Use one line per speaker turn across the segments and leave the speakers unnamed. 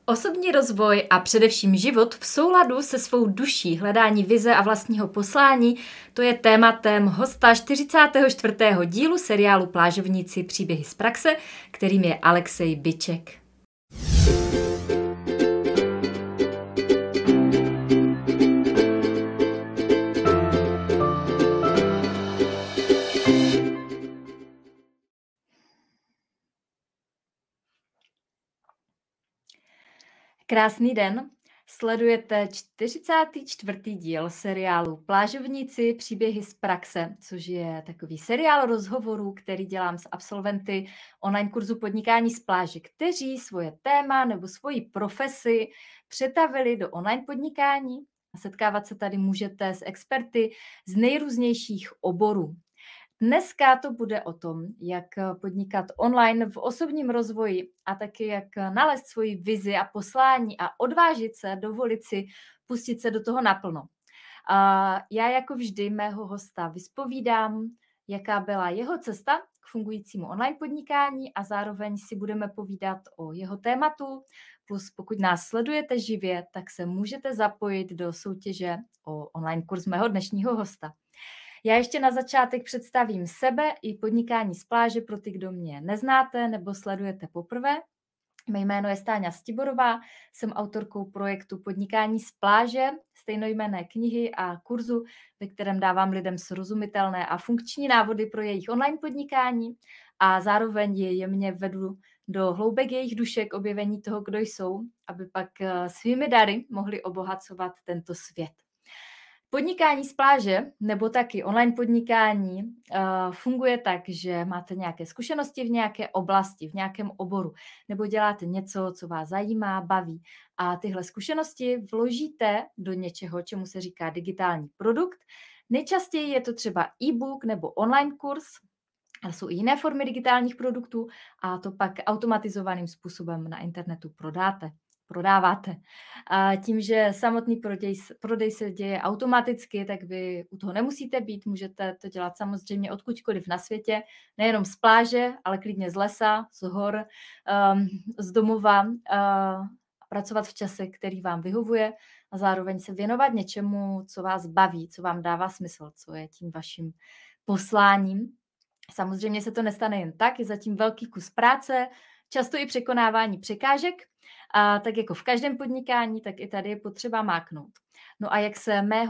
Osobní rozvoj a především život v souladu se svou duší, hledání vize a vlastního poslání, to je tématem hosta 44. dílu seriálu Plážovníci příběhy z praxe, kterým je Alexej Byček. Krásný den, sledujete 44. díl seriálu Plážovníci příběhy z praxe, což je takový seriál rozhovorů, který dělám s absolventy online kurzu Podnikání z pláže, kteří svoje téma nebo svoji profesi přetavili do online podnikání a setkávat se tady můžete s experty z nejrůznějších oborů. Dneska to bude o tom, jak podnikat online v osobním rozvoji a taky jak nalézt svoji vizi a poslání a odvážit se, dovolit si pustit se do toho naplno. Já jako vždy mého hosta vyspovídám, jaká byla jeho cesta k fungujícímu online podnikání a zároveň si budeme povídat o jeho tématu. Plus pokud nás sledujete živě, tak se můžete zapojit do soutěže o online kurz mého dnešního hosta. Já ještě na začátek představím sebe i podnikání z pláže pro ty, kdo mě neznáte nebo sledujete poprvé. Mé jméno je Stáňa Stiborová, jsem autorkou projektu Podnikání z pláže, stejnojmenné knihy a kurzu, ve kterém dávám lidem srozumitelné a funkční návody pro jejich online podnikání a zároveň je jemně vedu do hloubek jejich duše k objevení toho, kdo jsou, aby pak svými dary mohli obohacovat tento svět. Podnikání z pláže nebo taky online podnikání funguje tak, že máte nějaké zkušenosti v nějaké oblasti, v nějakém oboru, nebo děláte něco, co vás zajímá, baví a tyhle zkušenosti vložíte do něčeho, čemu se říká digitální produkt. Nejčastěji je to třeba e-book nebo online kurz, ale jsou i jiné formy digitálních produktů a to pak automatizovaným způsobem na internetu prodáváte. A tím, že samotný prodej se děje automaticky, tak vy u toho nemusíte být, můžete to dělat samozřejmě odkudkoliv na světě, nejenom z pláže, ale klidně z lesa, z hor, z domova, pracovat v čase, který vám vyhovuje a zároveň se věnovat něčemu, co vás baví, co vám dává smysl, co je tím vaším posláním. Samozřejmě se to nestane jen tak, je zatím velký kus práce, často i překonávání překážek, a tak jako v každém podnikání, tak i tady je potřeba máknout. No a jak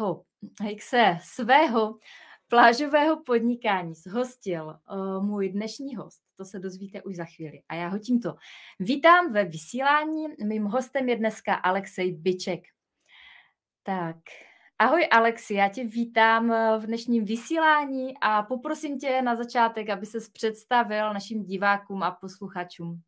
se svého plážového podnikání zhostil můj dnešní host, to se dozvíte už za chvíli. A já ho tímto vítám ve vysílání. Mým hostem je dneska Alexej Byček. Tak, ahoj Alexi, já tě vítám v dnešním vysílání a poprosím tě na začátek, aby ses představil našim divákům a posluchačům.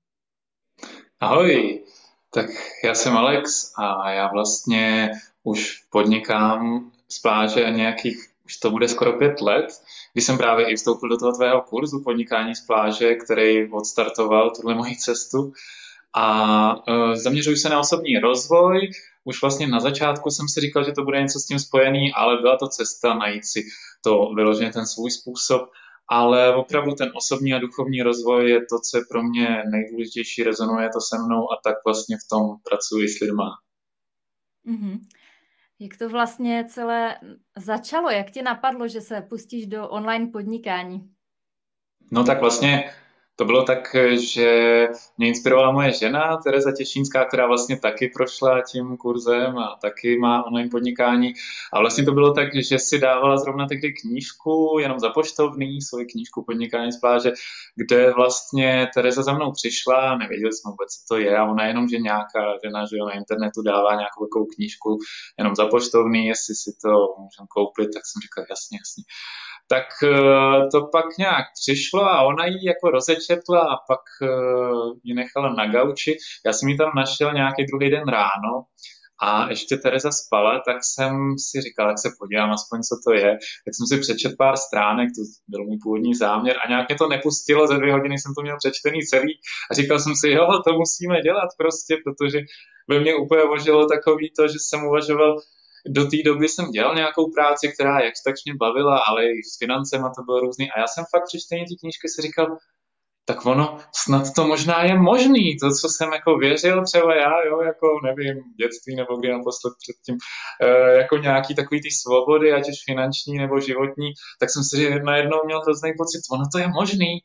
Ahoj, tak já jsem Alex a já vlastně už podnikám z pláže už to bude skoro 5 let, kdy jsem právě i vstoupil do toho tvého kurzu Podnikání z pláže, který odstartoval tuhle moji cestu a zaměřuji se na osobní rozvoj. Už vlastně na začátku jsem si říkal, že to bude něco s tím spojený, ale byla to cesta najít si to vyloženě ten svůj způsob. Ale opravdu ten osobní a duchovní rozvoj je to, co je pro mě nejdůležitější, rezonuje to se mnou a tak vlastně v tom pracuji s lidma.
Mm-hmm. Jak to vlastně celé začalo? Jak ti napadlo, že se pustíš do online podnikání?
No tak vlastně to bylo tak, že mě inspirovala moje žena, Tereza Těšínská, která vlastně taky prošla tím kurzem a taky má online podnikání. A vlastně to bylo tak, že si dávala zrovna tehdy knížku, jenom za poštovný, svoji knížku Podnikání z pláže, kde vlastně Tereza za mnou přišla, nevěděli jsme vůbec, co to je, a ona jenom, že nějaká žena, že na internetu dává nějakou takovou knížku jenom za poštovný, jestli si to můžeme koupit, tak jsem říkal, jasně. Tak to pak nějak přišlo a ona ji jako rozečetla a pak ji nechala na gauči. Já jsem ji tam našel nějaký druhý den ráno a ještě Tereza spala, tak jsem si říkal, tak se podívám aspoň, co to je. Tak jsem si přečet pár stránek, to byl můj původní záměr a nějak mě to nepustilo, za 2 hodiny jsem to měl přečtený celý a říkal jsem si, jo, to musíme dělat prostě, protože ve mně úplně vložilo takový to, že jsem uvažoval, do té doby jsem dělal nějakou práci, která jakž tak mě bavila, ale i s financema to bylo různý. A já jsem fakt při čtení té knížky si říkal, tak ono snad to možná je možný, to, co jsem jako věřil třeba já, jo, jako nevím, v dětství nebo kdy naposled předtím, jako nějaký takový ty svobody, ať už finanční nebo životní, tak jsem si najednou měl hrozný pocit, ono to je možný.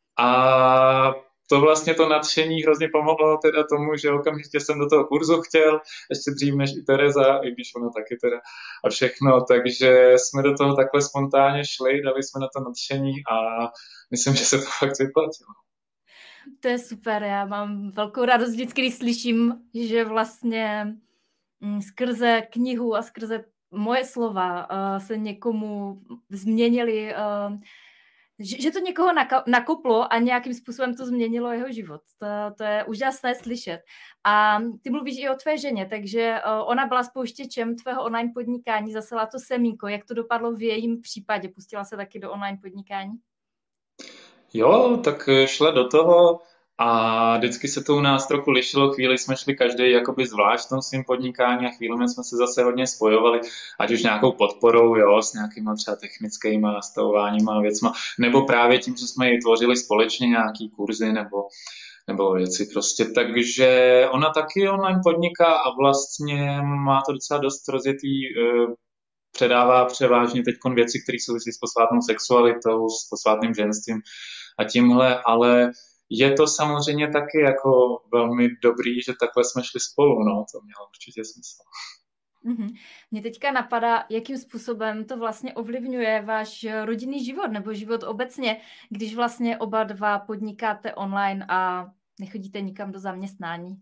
A to vlastně to nadšení hrozně pomohlo teda tomu, že okamžitě jsem do toho kurzu chtěl, ještě dřív než i Tereza, i když ona taky teda a všechno, takže jsme do toho takhle spontánně šli, dali jsme na to nadšení a myslím, že se to fakt vyplatilo.
To je super, já mám velkou radost vždycky, když slyším, že vlastně skrze knihu a skrze moje slova se někomu změnili, že to někoho nakoplo a nějakým způsobem to změnilo jeho život. To je úžasné slyšet. A ty mluvíš i o tvé ženě, takže ona byla spouštěčem tvého online podnikání, zasela to semínko. Jak to dopadlo v jejím případě? Pustila se taky do online podnikání?
Jo, tak šla do toho a vždycky se to u nás trochu lišilo. Chvíli jsme šli každý jakoby zvlášť v tom svým podnikání a chvíli jsme se zase hodně spojovali, ať už nějakou podporou, jo, s nějakýma třeba technickýma nastavováníma věcma, nebo právě tím, že jsme ji tvořili společně nějaký kurzy nebo věci prostě. Takže ona taky online podniká a vlastně má to docela dost rozjetý, předává převážně teď věci, které souvisí s posvátnou sexualitou, s posvátným ženstvím a tímhle, ale je to samozřejmě taky jako velmi dobrý, že takhle jsme šli spolu, no, to mělo určitě smysl.
Mě teďka napadá, jakým způsobem to vlastně ovlivňuje váš rodinný život nebo život obecně, když vlastně oba dva podnikáte online a nechodíte nikam do zaměstnání.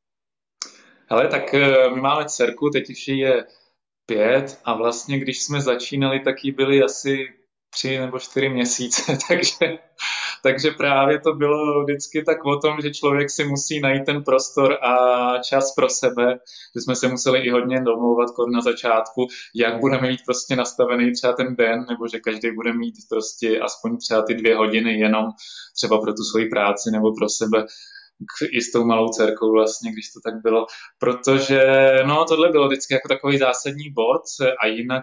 Hele, tak my máme dcerku, teď už je 5 a vlastně když jsme začínali, tak jí byly asi 3 nebo 4 měsíce, takže právě to bylo vždycky tak o tom, že člověk si musí najít ten prostor a čas pro sebe, že jsme se museli i hodně domlouvat na začátku, jak budeme mít prostě nastavený třeba ten den, nebo že každý bude mít prostě aspoň třeba ty 2 hodiny jenom třeba pro tu svoji práci nebo pro sebe, i s tou malou dcerkou vlastně, když to tak bylo, protože no tohle bylo vždycky jako takový zásadní bod a jinak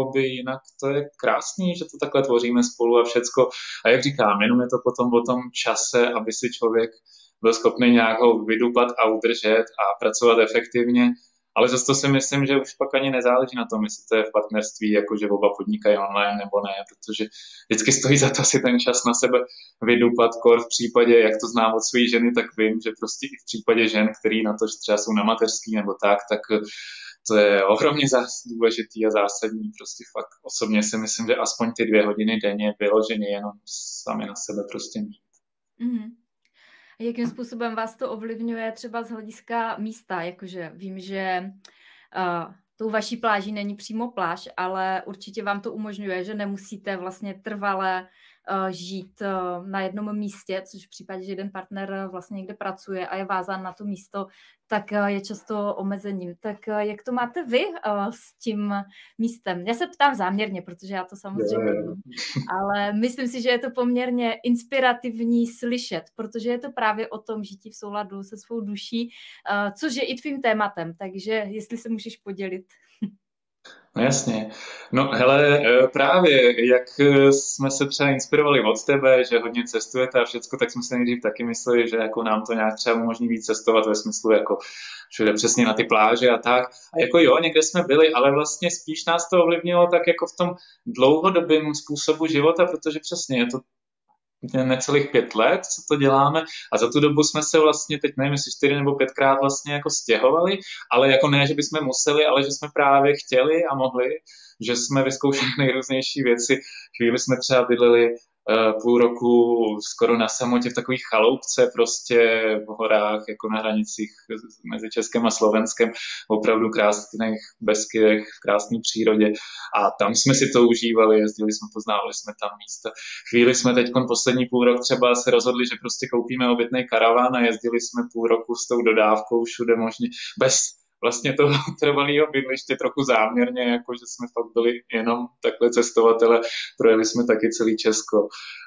to je krásný, že to takhle tvoříme spolu a všecko a jak říkám, jenom je to potom o tom čase, aby si člověk byl schopný nějak ho vydupat a udržet a pracovat efektivně, ale zase to si myslím, že už pak ani nezáleží na tom, jestli to je v partnerství, jakože oba podnikají online nebo ne, protože vždycky stojí za to si ten čas na sebe vydupat, v případě, jak to znám od své ženy, tak vím, že prostě i v případě žen, který na to třeba jsou na mateřský nebo tak to je ohromně důležitý a zásadní. Prostě fakt osobně si myslím, že aspoň ty 2 hodiny denně vyloženě jenom sami na sebe prostě mít.
Mm-hmm. Jakým způsobem vás to ovlivňuje třeba z hlediska místa? Jakože vím, že tou vaší pláží není přímo pláž, ale určitě vám to umožňuje, že nemusíte vlastně trvale žít na jednom místě, což v případě, že jeden partner vlastně někde pracuje a je vázán na to místo, tak je často omezením. Tak jak to máte vy s tím místem? Já se ptám záměrně, protože já to samozřejmě nevím, ale myslím si, že je to poměrně inspirativní slyšet, protože je to právě o tom žití v souladu se svou duší, což je i tvým tématem, takže jestli se můžeš podělit.
No jasně. No hele, právě jak jsme se třeba inspirovali od tebe, že hodně cestujete a všecko, tak jsme si nejdřív taky mysleli, že jako nám to nějak třeba umožní víc cestovat ve smyslu jako všude přesně na ty pláže a tak. A jako jo, někde jsme byli, ale vlastně spíš nás to ovlivnilo tak jako v tom dlouhodobém způsobu života, protože přesně je to necelých 5 let, co to děláme a za tu dobu jsme se vlastně, teď nevím, jestli 4 nebo 5krát vlastně jako stěhovali, ale jako ne, že bychom museli, ale že jsme právě chtěli a mohli, že jsme vyzkoušeli nejrůznější věci. Chvíli jsme třeba bydleli půl roku skoro na samotě v takových chaloupce prostě v horách, jako na hranicích mezi Českem a Slovenskem, opravdu krásných Beskydech, v krásné přírodě a tam jsme si to užívali, jezdili jsme, poznávali jsme tam místa. Chvíli jsme teď poslední půl rok třeba se rozhodli, že prostě koupíme obytný karavan a jezdili jsme půl roku s tou dodávkou všude možně, bez vlastně toho trvalého bydliště trochu záměrně, jako že jsme fakt byli jenom takhle cestovatele, projeli jsme taky celý Česko.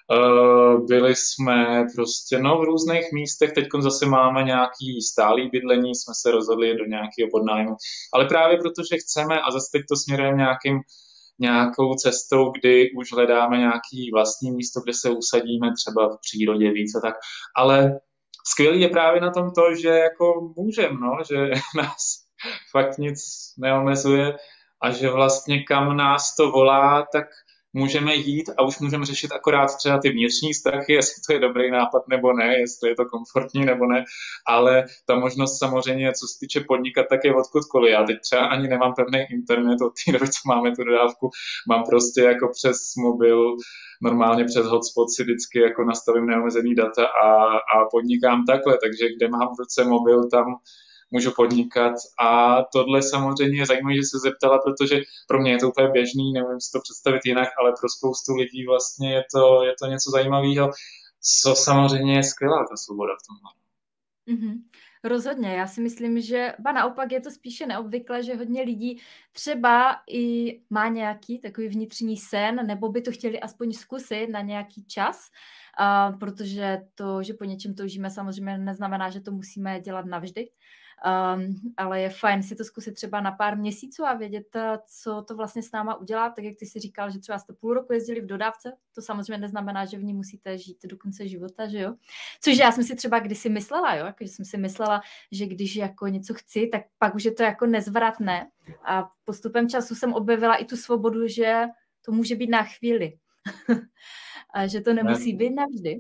Byli jsme prostě v různých místech, teď zase máme nějaký stálý bydlení, jsme se rozhodli do nějakého podnájmu, ale právě protože chceme a zase teď to směrujeme nějakým nějakou cestou, kdy už hledáme nějaký vlastní místo, kde se usadíme třeba v přírodě víc a tak. Ale skvělý je právě na tom to, že jako můžem, no, že nás fakt nic neomezuje a že vlastně kam nás to volá, tak můžeme jít a už můžeme řešit akorát třeba ty vnitřní strachy, jestli to je dobrý nápad nebo ne, jestli je to komfortní nebo ne, ale ta možnost samozřejmě, co se týče podnikat, tak je odkudkoliv. Já teď třeba ani nemám pevný internet od té doby, co máme tu dodávku, mám prostě jako přes mobil, normálně přes hotspot si vždycky jako nastavím neomezený data a podnikám takhle, takže kde mám v ruce mobil, tam můžu podnikat a tohle samozřejmě je zajímavé, že se zeptala, protože pro mě je to úplně běžný, nevím si to představit jinak, ale pro spoustu lidí vlastně je to něco zajímavého, co samozřejmě je skvělá ta svoboda v tomhle.
Mm-hmm. Rozhodně, já si myslím, že naopak je to spíše neobvyklé, že hodně lidí třeba i má nějaký takový vnitřní sen, nebo by to chtěli aspoň zkusit na nějaký čas, protože to, že po něčem toužíme, samozřejmě neznamená, že to musíme dělat navždy. Ale je fajn si to zkusit třeba na pár měsíců a vědět, co to vlastně s náma udělá, tak jak ty si říkal, že třeba jste půl roku jezdili v dodávce, to samozřejmě neznamená, že v ní musíte žít do konce života, že jo? Což já jsem si třeba kdysi myslela, jo, jako, že jsem si myslela, že když jako něco chci, tak pak už je to jako nezvratné a postupem času jsem objevila i tu svobodu, že to může být na chvíli a že to nemusí být navždy.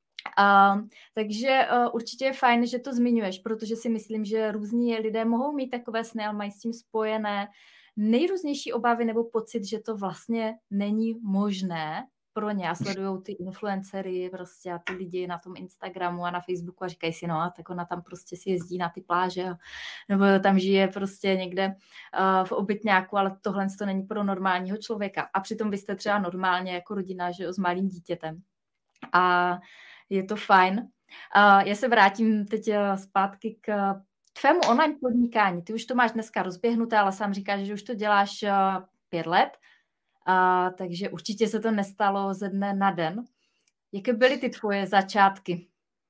Takže určitě je fajn, že to zmiňuješ, protože si myslím, že různí lidé mohou mít takové sny, ale mají s tím spojené nejrůznější obavy nebo pocit, že to vlastně není možné pro ně a sledujou ty influencery prostě a ty lidi na tom Instagramu a na Facebooku a říkají si, no, tak ona tam prostě si jezdí na ty pláže nebo tam žije prostě někde v obytňáku, ale tohle to není pro normálního člověka. A přitom vy jste třeba normálně jako rodina, že jo, s malým dítětem. A je to fajn. Já se vrátím teď zpátky k tvému online podnikání. Ty už to máš dneska rozběhnuté, ale sám říkáš, že už to děláš 5 let, takže určitě se to nestalo ze dne na den. Jaké byly ty tvoje začátky?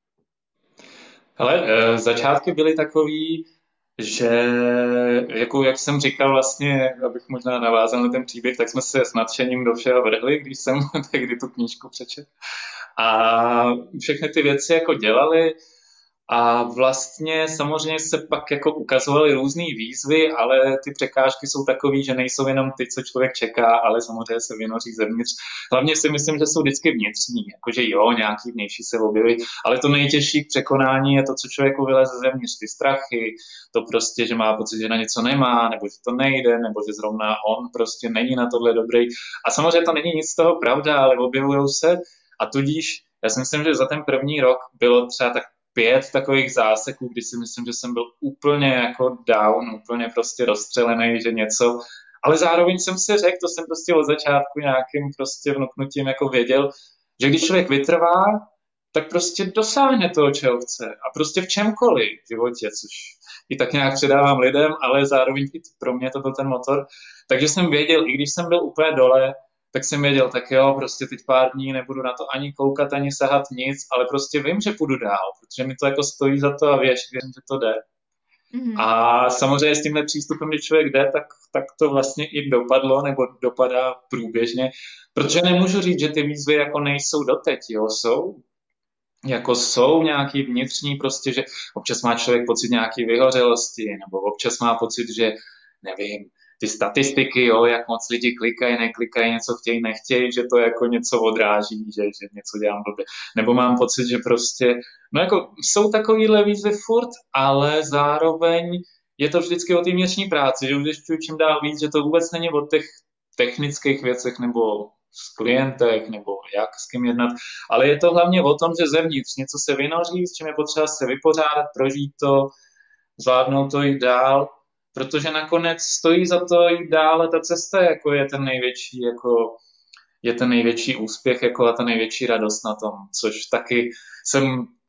Hele, začátky byly takový, že jako jak jsem říkal vlastně, abych možná navázal na ten příběh, tak jsme se s nadšením do všeho vrhli, když jsem tehdy tu knížku přečetl. A všechny ty věci jako dělali a vlastně samozřejmě se pak jako ukazovaly různé výzvy, ale ty překážky jsou takové, že nejsou jenom ty, co člověk čeká, ale samozřejmě se vynoří zevnitř. Hlavně si myslím, že jsou vždycky vnitřní, jakože jo, nějaký vnější se objeví, ale to nejtěžší k překonání je to, co člověku vyleze zevnitř, ty strachy, to prostě, že má pocit, že na něco nemá, nebo že to nejde, nebo že zrovna on prostě není na tohle dobrý. A samozřejmě to není nic z toho pravda, ale objevujou se. A tudíž, já si myslím, že za ten první rok bylo třeba tak 5 takových záseků, kdy si myslím, že jsem byl úplně jako down, úplně prostě rozstřelený, že něco, ale zároveň jsem si řekl, to jsem prostě od začátku nějakým prostě vnuknutím jako věděl, že když člověk vytrvá, tak prostě dosáhne toho, čeho chce. A prostě v čemkoliv v životě, což i tak nějak předávám lidem, ale zároveň i pro mě to byl ten motor. Takže jsem věděl, i když jsem byl úplně dole, tak jsem věděl, tak jo, prostě teď pár dní nebudu na to ani koukat, ani sahat nic, ale prostě vím, že půjdu dál, protože mi to jako stojí za to a věřím, že to jde. Mm-hmm. A samozřejmě s tímhle přístupem, když člověk jde, tak to vlastně i dopadlo, nebo dopadá průběžně, protože nemůžu říct, že ty výzvy jako nejsou doteď, jo, jsou nějaký vnitřní prostě, že občas má člověk pocit nějaký vyhořelosti, nebo občas má pocit, že nevím, ty statistiky, jo, jak moc lidi klikají, neklikají, něco chtějí, nechtějí, že to jako něco odráží, že něco dělám blbě. Nebo mám pocit, že prostě, no jako jsou takovýhle výzvy furt, ale zároveň je to vždycky o té vnitřní práci, že už čím dál víc, že to vůbec není o těch technických věcech nebo s klientech, nebo jak s kým jednat, ale je to hlavně o tom, že zevnitř něco se vynoří, s čím je potřeba se vypořádat, prožít to, zvládnout to, jít dál, protože nakonec stojí za to jít dál a ta cesta jako je ten největší úspěch jako a ta největší radost na tom, což taky jsem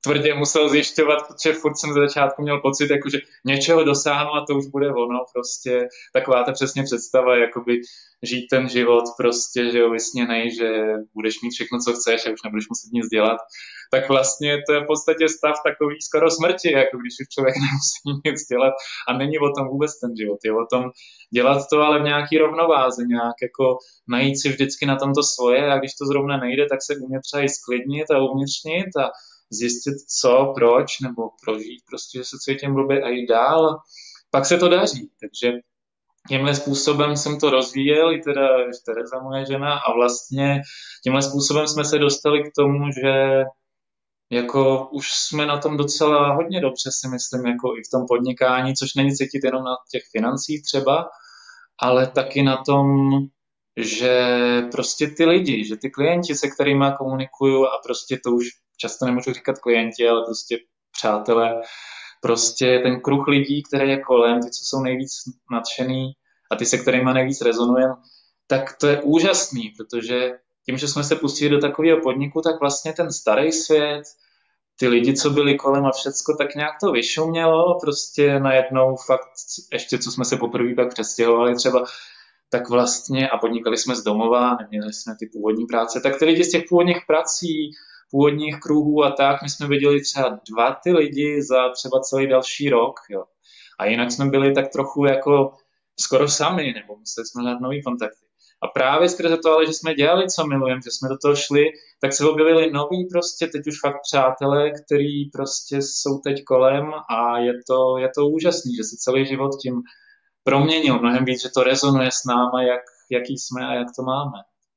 tvrdě musel zjišťovat, protože furt jsem ze začátku měl pocit, jako, že něčeho dosáhnu a to už bude ono, prostě taková ta přesně představa, jakoby žít ten život prostě, že jo, vysněnej, že budeš mít všechno, co chceš a už nebudeš muset nic dělat, tak vlastně to je v podstatě stav takový skoro smrti, jako když už člověk nemusí nic dělat a není o tom vůbec ten život, je o tom dělat to ale v nějaký rovnováze, nějak jako najít si vždycky na tom to svoje a když to zrovna nejde, tak se umět třeba i sklidnit a uvnitřnit a zjistit co, proč, nebo prožít prostě, že se cítím blbě a jít dál. Pak se to daří, takže tímhle způsobem jsem to rozvíjel, i teda Tereza, moje žena, a vlastně tímhle způsobem jsme se dostali k tomu, že jako už jsme na tom docela hodně dobře, si myslím, jako i v tom podnikání, což není cítit jenom na těch financích třeba, ale taky na tom, že prostě ty lidi, že ty klienti, se kterými komunikuju a prostě to už často nemůžu říkat klienti, ale prostě přátelé, prostě ten kruh lidí, který je kolem, ty, co jsou nejvíc nadšený a ty, se kterými nejvíc rezonujeme, tak to je úžasný, protože tím, že jsme se pustili do takového podniku, tak vlastně ten starý svět, ty lidi, co byli kolem a všecko, tak nějak to vyšumělo, prostě najednou fakt, ještě co jsme se poprvé pak přestěhovali třeba, tak vlastně a podnikali jsme z domova, neměli jsme ty původní práce, tak ty lidi z těch původních prací, původních kruhů a tak, my jsme viděli třeba 2 ty lidi za třeba celý další rok, jo. A jinak jsme byli tak trochu jako skoro sami, nebo museli jsme hledat nový kontakty. A právě skrze to, ale že jsme dělali, co milujeme, že jsme do toho šli, tak se objevili noví prostě, teď už fakt přátelé, který prostě jsou teď kolem a je to úžasný, že se celý život tím proměnil mnohem víc, že to rezonuje s náma, jaký jsme a jak to máme.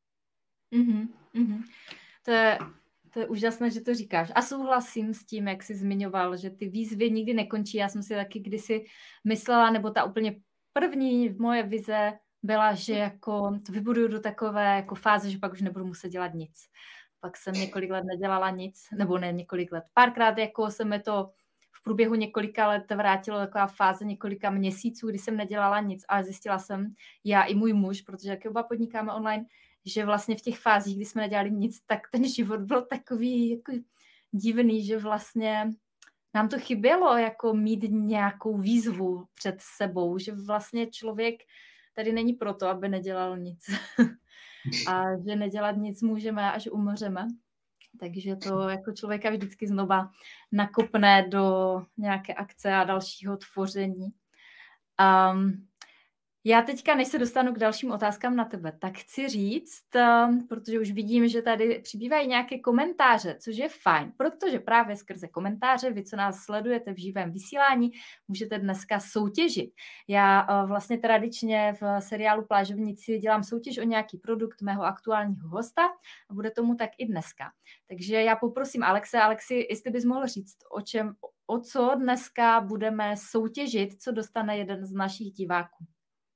Mm-hmm. To je úžasné, že to říkáš. A souhlasím s tím, jak jsi zmiňoval, že ty výzvy nikdy nekončí. Já jsem si taky kdysi myslela, nebo ta úplně první moje vize byla, že jako to vybuduju do takové jako fáze, že pak už nebudu muset dělat nic. Pak jsem několik let nedělala nic, nebo ne několik let. Párkrát jako se mi to v průběhu několika let vrátilo taková fáze několika měsíců, kdy jsem nedělala nic, ale zjistila jsem, já i můj muž, protože jak oba podnikáme online, že vlastně v těch fázích, kdy jsme nedělali nic, tak ten život byl takový jako divný, že vlastně nám to chybělo jako mít nějakou výzvu před sebou, že vlastně člověk tady není proto, aby nedělal nic. A že nedělat nic můžeme, až umřeme. Takže to jako člověka vždycky znova nakopne do nějaké akce a dalšího tvoření. Já teďka, než se dostanu k dalším otázkám na tebe, tak chci říct, protože už vidím, že tady přibývají nějaké komentáře, což je fajn, protože právě skrze komentáře, vy, co nás sledujete v živém vysílání, můžete dneska soutěžit. Já vlastně tradičně v seriálu Plážovníci dělám soutěž o nějaký produkt mého aktuálního hosta a bude tomu tak i dneska. Takže já poprosím Alexi, jestli bys mohl říct, o co dneska budeme soutěžit, co dostane jeden z našich diváků.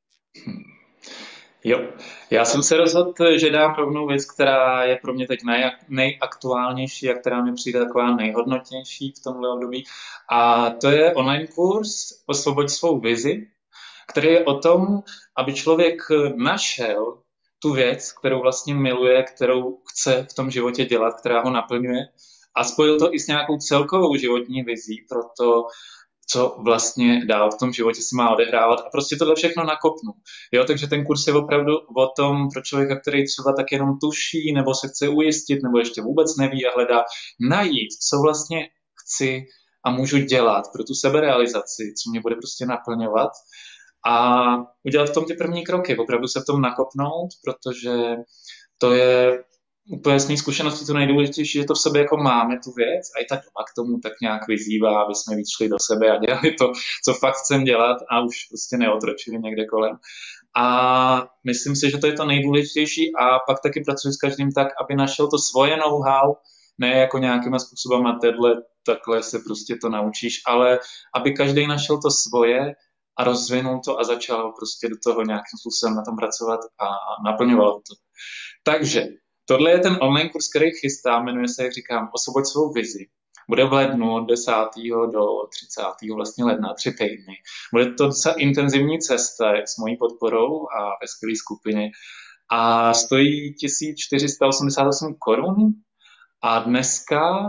Jo, já jsem se rozhodl, že dám rovnou věc, která je pro mě teď nejaktuálnější a která mi přijde taková nejhodnotnější v tomhle období. A to je online kurz Osvoboď svou vizi, který je o tom, aby člověk našel tu věc, kterou vlastně miluje, kterou chce v tom životě dělat, která ho naplňuje a spojil to i s nějakou celkovou životní vizí pro to, co vlastně dál v tom životě si má odehrávat a prostě tohle všechno nakopnu. Jo, takže ten kurz je opravdu o tom pro člověka, který třeba tak jenom tuší nebo se chce ujistit nebo ještě vůbec neví a hledá najít, co vlastně chci a můžu dělat pro tu seberealizaci, co mě bude prostě naplňovat a udělat v tom ty první kroky, opravdu se v tom nakopnout, protože to je úplně z mých zkušeností to nejdůležitější, že to v sobě jako máme tu věc a i ta doba k tomu tak nějak vyzývá, aby jsme víc šli do sebe a dělali to, co fakt chcem dělat a už prostě neotročili někde kolem. A myslím si, že to je to nejdůležitější a pak taky pracuji s každým tak, aby našel to svoje know-how, ne jako nějakýma způsobama takhle se prostě to naučíš, ale aby každý našel to svoje a rozvinul to a začal prostě do toho nějakým způsobem na tom pracovat a naplňoval to. Takže tohle je ten online kurz, který chystám, jmenuje se, jak říkám, Osvoboď svou vizi. Bude v lednu od 10. do 30. vlastně ledna, 3 týdny. Bude to docela intenzivní cesta s mojí podporou a ve skvělé skupině. A stojí 1488 korun. A dneska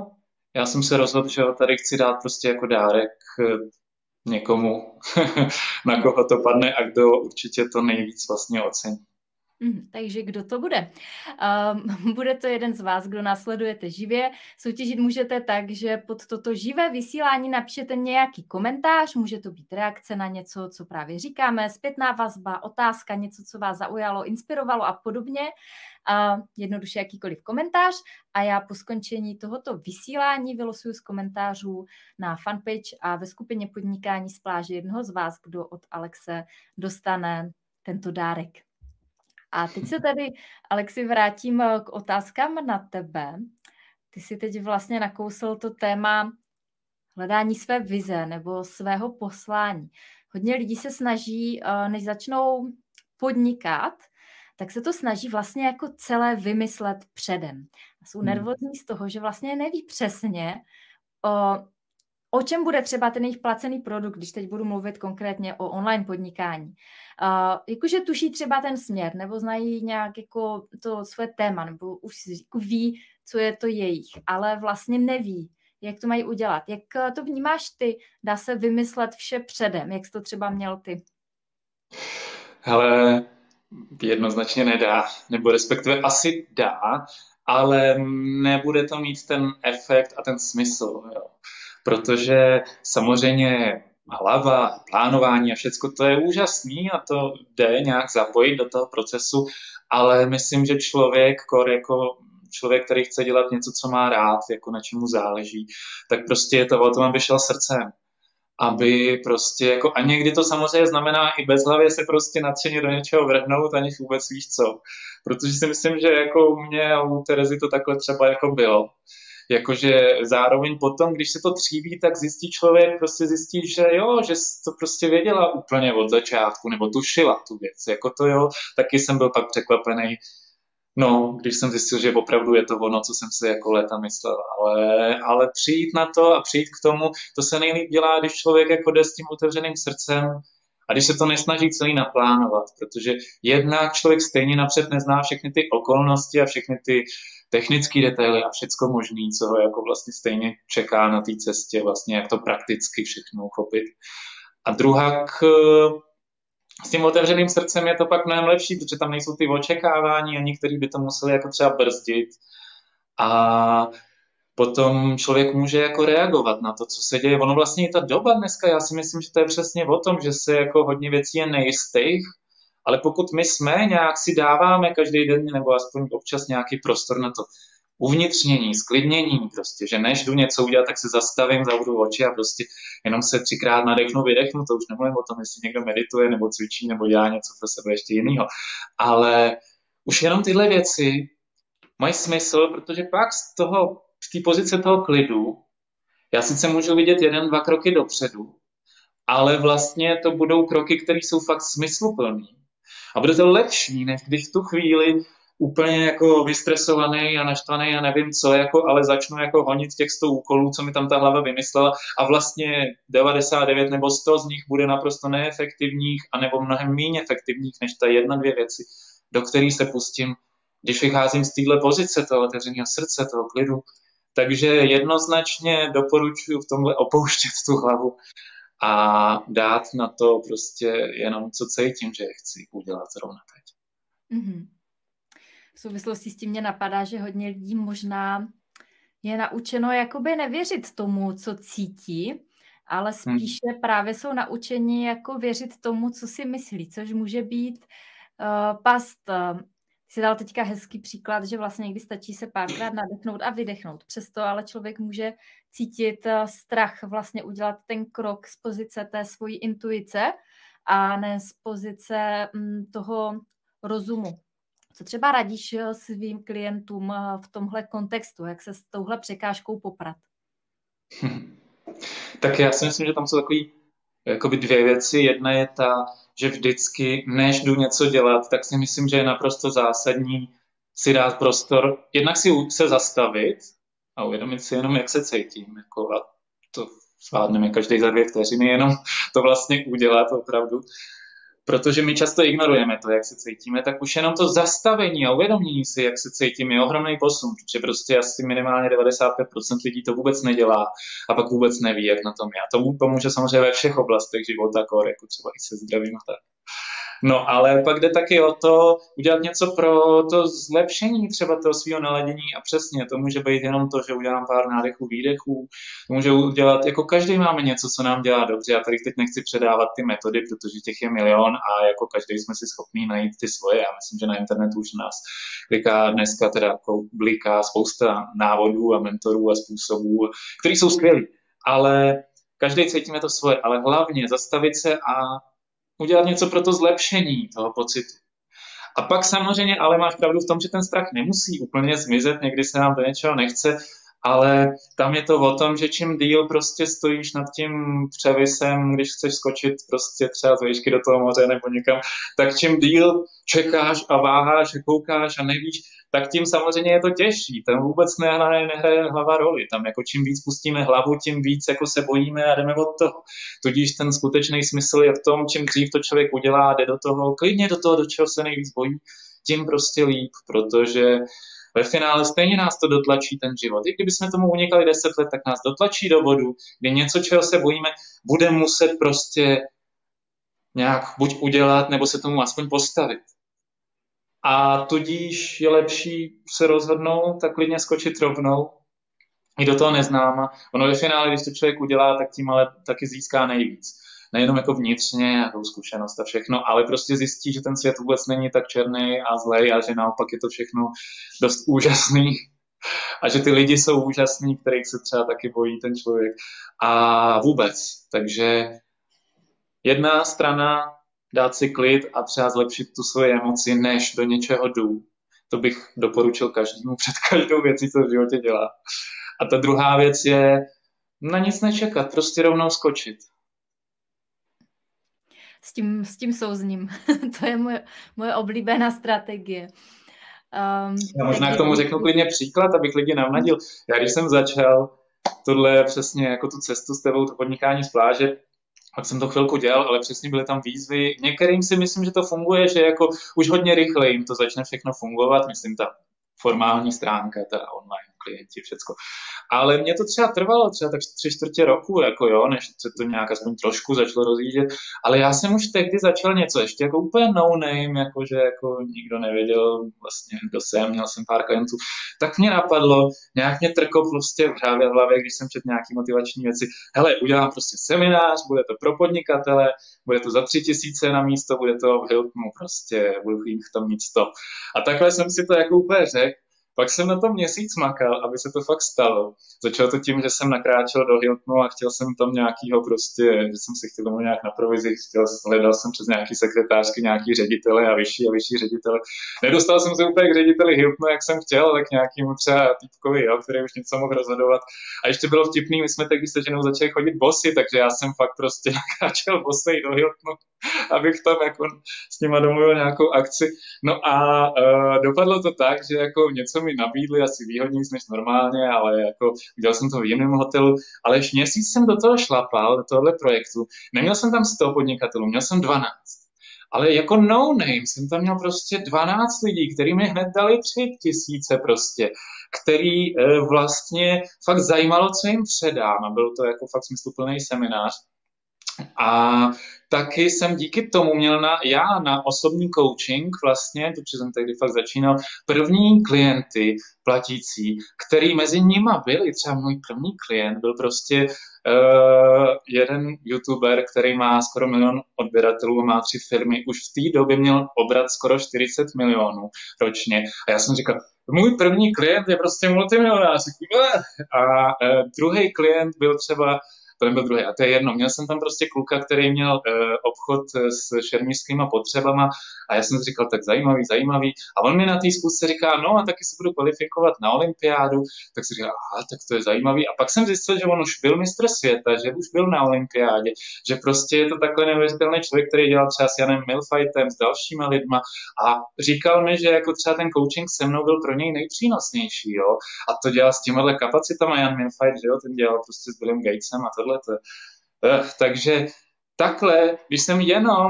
já jsem se rozhodl, že ho tady chci dát prostě jako dárek někomu, na koho to padne a kdo určitě to nejvíc vlastně ocení.
Takže kdo to bude? Bude to jeden z vás, kdo nás sledujete živě. Soutěžit můžete tak, že pod toto živé vysílání napíšete nějaký komentář, může to být reakce na něco, co právě říkáme, zpětná vazba, otázka, něco, co vás zaujalo, inspirovalo a podobně. Jednoduše jakýkoliv komentář a já po skončení tohoto vysílání vylosuju z komentářů na fanpage a ve skupině Podnikání z pláže jednoho z vás, kdo od Alexe dostane tento dárek. A teď se tady, Alexi, vrátím k otázkám na tebe. Ty si teď vlastně nakousl to téma hledání své vize nebo svého poslání. Hodně lidí se snaží, než začnou podnikat, tak se to snaží vlastně jako celé vymyslet předem. Jsou nervózní z toho, že vlastně neví přesně, o čem bude třeba ten jejich placený produkt, když teď budu mluvit konkrétně o online podnikání. Jakože tuší třeba ten směr, nebo znají nějak jako to své téma, nebo už jako ví, co je to jejich, ale vlastně neví, jak to mají udělat. Jak to vnímáš ty? Dá se vymyslet vše předem? Jak jsi to třeba měl ty?
Hele, jednoznačně nedá, nebo respektive asi dá, ale nebude to mít ten efekt a ten smysl, jo. Protože samozřejmě hlava, plánování a všecko to je úžasný a to jde nějak zapojit do toho procesu, ale myslím, že člověk, který chce dělat něco, co má rád, jako na čemu záleží, tak prostě je to o tom, aby šel srdcem. Aby prostě jako, a někdy to samozřejmě znamená i bez hlavě se prostě nadšeně do něčeho vrhnout, aniž vůbec víš co. Protože si myslím, že jako u mě a u Terezy to takhle třeba jako bylo. Jakože zároveň potom, když se to tříbí, tak zjistí, že jo, že to prostě věděla úplně od začátku, nebo tušila tu věc. Jako to jo, taky jsem byl pak překvapený, no, když jsem zjistil, že opravdu je to ono, co jsem si jako léta myslel, ale přijít na to a přijít k tomu, to se nejlíp dělá, když člověk jako jde s tím otevřeným srdcem a když se to nesnaží celý naplánovat, protože jednak člověk stejně napřed nezná všechny ty okolnosti a všechny ty technické detaily a všecko možný, co ho jako vlastně stejně čeká na té cestě, vlastně jak to prakticky všechno uchopit. A druhak s tím otevřeným srdcem je to pak mnohem lepší, protože tam nejsou ty očekávání a některý by to museli jako třeba brzdit. A potom člověk může jako reagovat na to, co se děje. Ono vlastně i ta doba dneska, já si myslím, že to je přesně o tom, že se jako hodně věcí je nejistých, ale pokud my nějak si dáváme každý den, nebo aspoň občas nějaký prostor na to uvnitřnění, sklidnění prostě, že než jdu něco udělat, tak se zastavím, zavřu oči a prostě jenom se 3krát nadechnu, vydechnu, to už nemluvím o tom, jestli někdo medituje nebo cvičí nebo dělá něco pro sebe ještě jiného. Ale už jenom tyhle věci mají smysl, protože pak z té pozice toho klidu, já sice můžu vidět 1-2 kroky dopředu, ale vlastně to budou kroky, které jsou fakt smysluplný. A bude to lepší, než když v tu chvíli úplně jako vystresovaný a naštvaný a nevím co, jako, ale začnu jako honit těch 100 úkolů, co mi tam ta hlava vymyslela a vlastně 99 nebo 100 z nich bude naprosto neefektivních a nebo mnohem méně efektivních než ta 1-2 věci, do kterých se pustím, když vycházím z téhle pozice toho otevřeného srdce, toho klidu. Takže jednoznačně doporučuji v tomhle opouštět tu hlavu a dát na to prostě jenom, co cítím, že chci udělat zrovna teď.
Mm-hmm. V souvislosti s tím mě napadá, že hodně lidí možná je naučeno jakoby nevěřit tomu, co cítí, ale spíše právě jsou naučeni jako věřit tomu, co si myslí, což může být past. Jsi dal teďka hezký příklad, že vlastně někdy stačí se párkrát nadechnout a vydechnout. Přesto ale člověk může cítit strach vlastně udělat ten krok z pozice té svojí intuice a ne z pozice toho rozumu. Co třeba radíš svým klientům v tomhle kontextu? Jak se s touhle překážkou poprat?
Tak já si myslím, že tam jsou takový jakoby 2 věci. Jedna je ta, že vždycky, než jdu něco dělat, tak si myslím, že je naprosto zásadní si dát prostor, jednak si se zastavit a uvědomit si jenom, jak se cítím. Jako, a to zvládneme každý za 2 vteřiny, jenom to vlastně udělat opravdu. protože my často ignorujeme to, jak se cítíme, tak už jenom to zastavení a uvědomění si, jak se cítím, je ohromný posun, protože prostě asi minimálně 95% lidí to vůbec nedělá a pak vůbec neví, jak na tom je. A tomu pomůže samozřejmě ve všech oblastech života, jako třeba i se zdravím a tak. No, ale pak jde taky o to udělat něco pro to zlepšení třeba toho svého naladění a přesně, to může být jenom to, že udělám pár nádechů, výdechů, to může udělat, jako každý máme něco, co nám dělá dobře, já tady teď nechci předávat ty metody, protože těch je milion a jako každý jsme si schopný najít ty svoje, já myslím, že na internetu už nás kliká dneska teda jako bliká spousta návodů a mentorů a způsobů, který jsou skvělí, ale každý cítíme to svoje, ale hlavně zastavit se a udělat něco pro to zlepšení toho pocitu. A pak samozřejmě, ale máš pravdu v tom, že ten strach nemusí úplně zmizet, někdy se nám do něčeho nechce, ale tam je to o tom, že čím díl prostě stojíš nad tím převisem, když chceš skočit prostě třeba z výšky do toho moře nebo někam, tak čím díl čekáš a váháš a koukáš a nevíš, tak tím samozřejmě je to těžší. Tam vůbec nehraje hlava roli. Tam jako čím víc pustíme hlavu, tím víc jako se bojíme a jdeme od toho. Tudíž ten skutečný smysl je v tom, čím dřív to člověk udělá, jde do toho, klidně do toho, do čeho se nejvíc bojí, tím prostě líp, protože ve finále stejně nás to dotlačí ten život. I kdyby jsme tomu unikali 10 let, tak nás dotlačí do bodu, kdy něco, čeho se bojíme, bude muset prostě nějak buď udělat, nebo se tomu aspoň postavit. A tudíž je lepší se rozhodnout, tak klidně skočit rovnou i do toho neznáma. Ono ve finále, když to člověk udělá, tak tím ale taky získá nejvíc. Nejenom jako vnitřně, nějakou zkušenost a všechno, ale prostě zjistí, že ten svět vůbec není tak černý a zlej a že naopak je to všechno dost úžasný a že ty lidi jsou úžasní, kterých se třeba taky bojí ten člověk a vůbec. Takže jedna strana dát si klid a třeba zlepšit tu svoji emoci, než do něčeho jdu. To bych doporučil každému před každou věcí, co v životě dělá. A ta druhá věc je na nic nečekat, prostě rovnou skočit.
S tím souzním. To je moje oblíbená strategie.
Já možná k tomu řeknu klidně příklad, abych lidi navnadil. Já když jsem začal tohle přesně jako tu cestu s tebou, to podnikání z pláže, tak jsem to chvilku dělal, ale přesně byly tam výzvy. Některým si myslím, že to funguje, že jako už hodně rychle jim to začne všechno fungovat, myslím ta formální stránka, ta online, klienti, všecko. Ale mě to třeba trvalo třeba tak 3/4 roku, jako jo, než se to nějak aspoň trošku začalo rozjíždět, ale já jsem už tehdy začal něco, ještě jako úplně no name, jakože jako nikdo nevěděl vlastně, kdo jsem, měl jsem pár klientů, tak mě napadlo, nějak mě trklo prostě v hlavě, když jsem četl nějaký motivační věci, hele, udělám prostě seminář, bude to pro podnikatele, bude to za 3 000 na místo, bude to v Hiltonu prostě, budu jich tam mít 100. A takhle jsem si to jako úplně řekl. Pak jsem na to měsíc makal, aby se to fakt stalo. Začalo to tím, že jsem nakráčel do Hiltonu a chtěl jsem tam nějakýho prostě, že jsem si chtěl tomu nějak na provizi, hledal jsem přes nějaký sekretářky, nějaký ředitele a vyšší ředitele. Nedostal jsem se úplně k řediteli Hiltonu, jak jsem chtěl, ale k nějakému třeba týpkovi, jo, který už něco mohl rozhodovat. A ještě bylo vtipný, my jsme tehdy se ženou začali chodit bosy, takže já jsem fakt prostě nakráčel bosej do Hiltonu, abych tam jako s nima domluvil nějakou akci. No a dopadlo to tak, že jako něco mi nabídli asi výhodnější než normálně, ale jako udělal jsem to v jiném hotelu, ale ještě měsíc jsem do toho šlapal, do tohohle projektu. Neměl jsem tam 100 podnikatelů, měl jsem 12. Ale jako no name jsem tam měl prostě 12 lidí, kteří mi hned dali 3 000 prostě, který vlastně fakt zajímalo, co jim předám a byl to jako fakt smysluplný seminář. A taky jsem díky tomu měl na osobní coaching vlastně, protože jsem tehdy fakt začínal, první klienty platící, který mezi nima byli, třeba můj první klient byl prostě jeden youtuber, který má skoro 1 milion odběratelů, má 3 firmy, už v té době měl obrat skoro 40 milionů ročně. A já jsem říkal, můj první klient je prostě multimilionář. A druhý klient byl třeba to nebyl druhý. A to je jedno. Měl jsem tam prostě kluka, který měl obchod s šermířskýma potřebama a já jsem si říkal, tak zajímavý. A on mi na té zkusce říká, no a taky se budu kvalifikovat na olympiádu. Tak si říkal, aha, tak to je zajímavý. A pak jsem zjistil, že on už byl mistr světa, že už byl na olympiádě, že prostě je to takhle neuvěřitelný člověk, který dělal třeba s Janem Milfightem, s dalšíma lidma a říkal mi, že jako třeba ten coaching se mnou byl pro něj nejpřínosnější, jo. A to dělal s těmihle kapacitama Jan Milfight, že jo, ten dělal prostě s Billem Gatesem a tohle. Takže takhle, když jsem jenom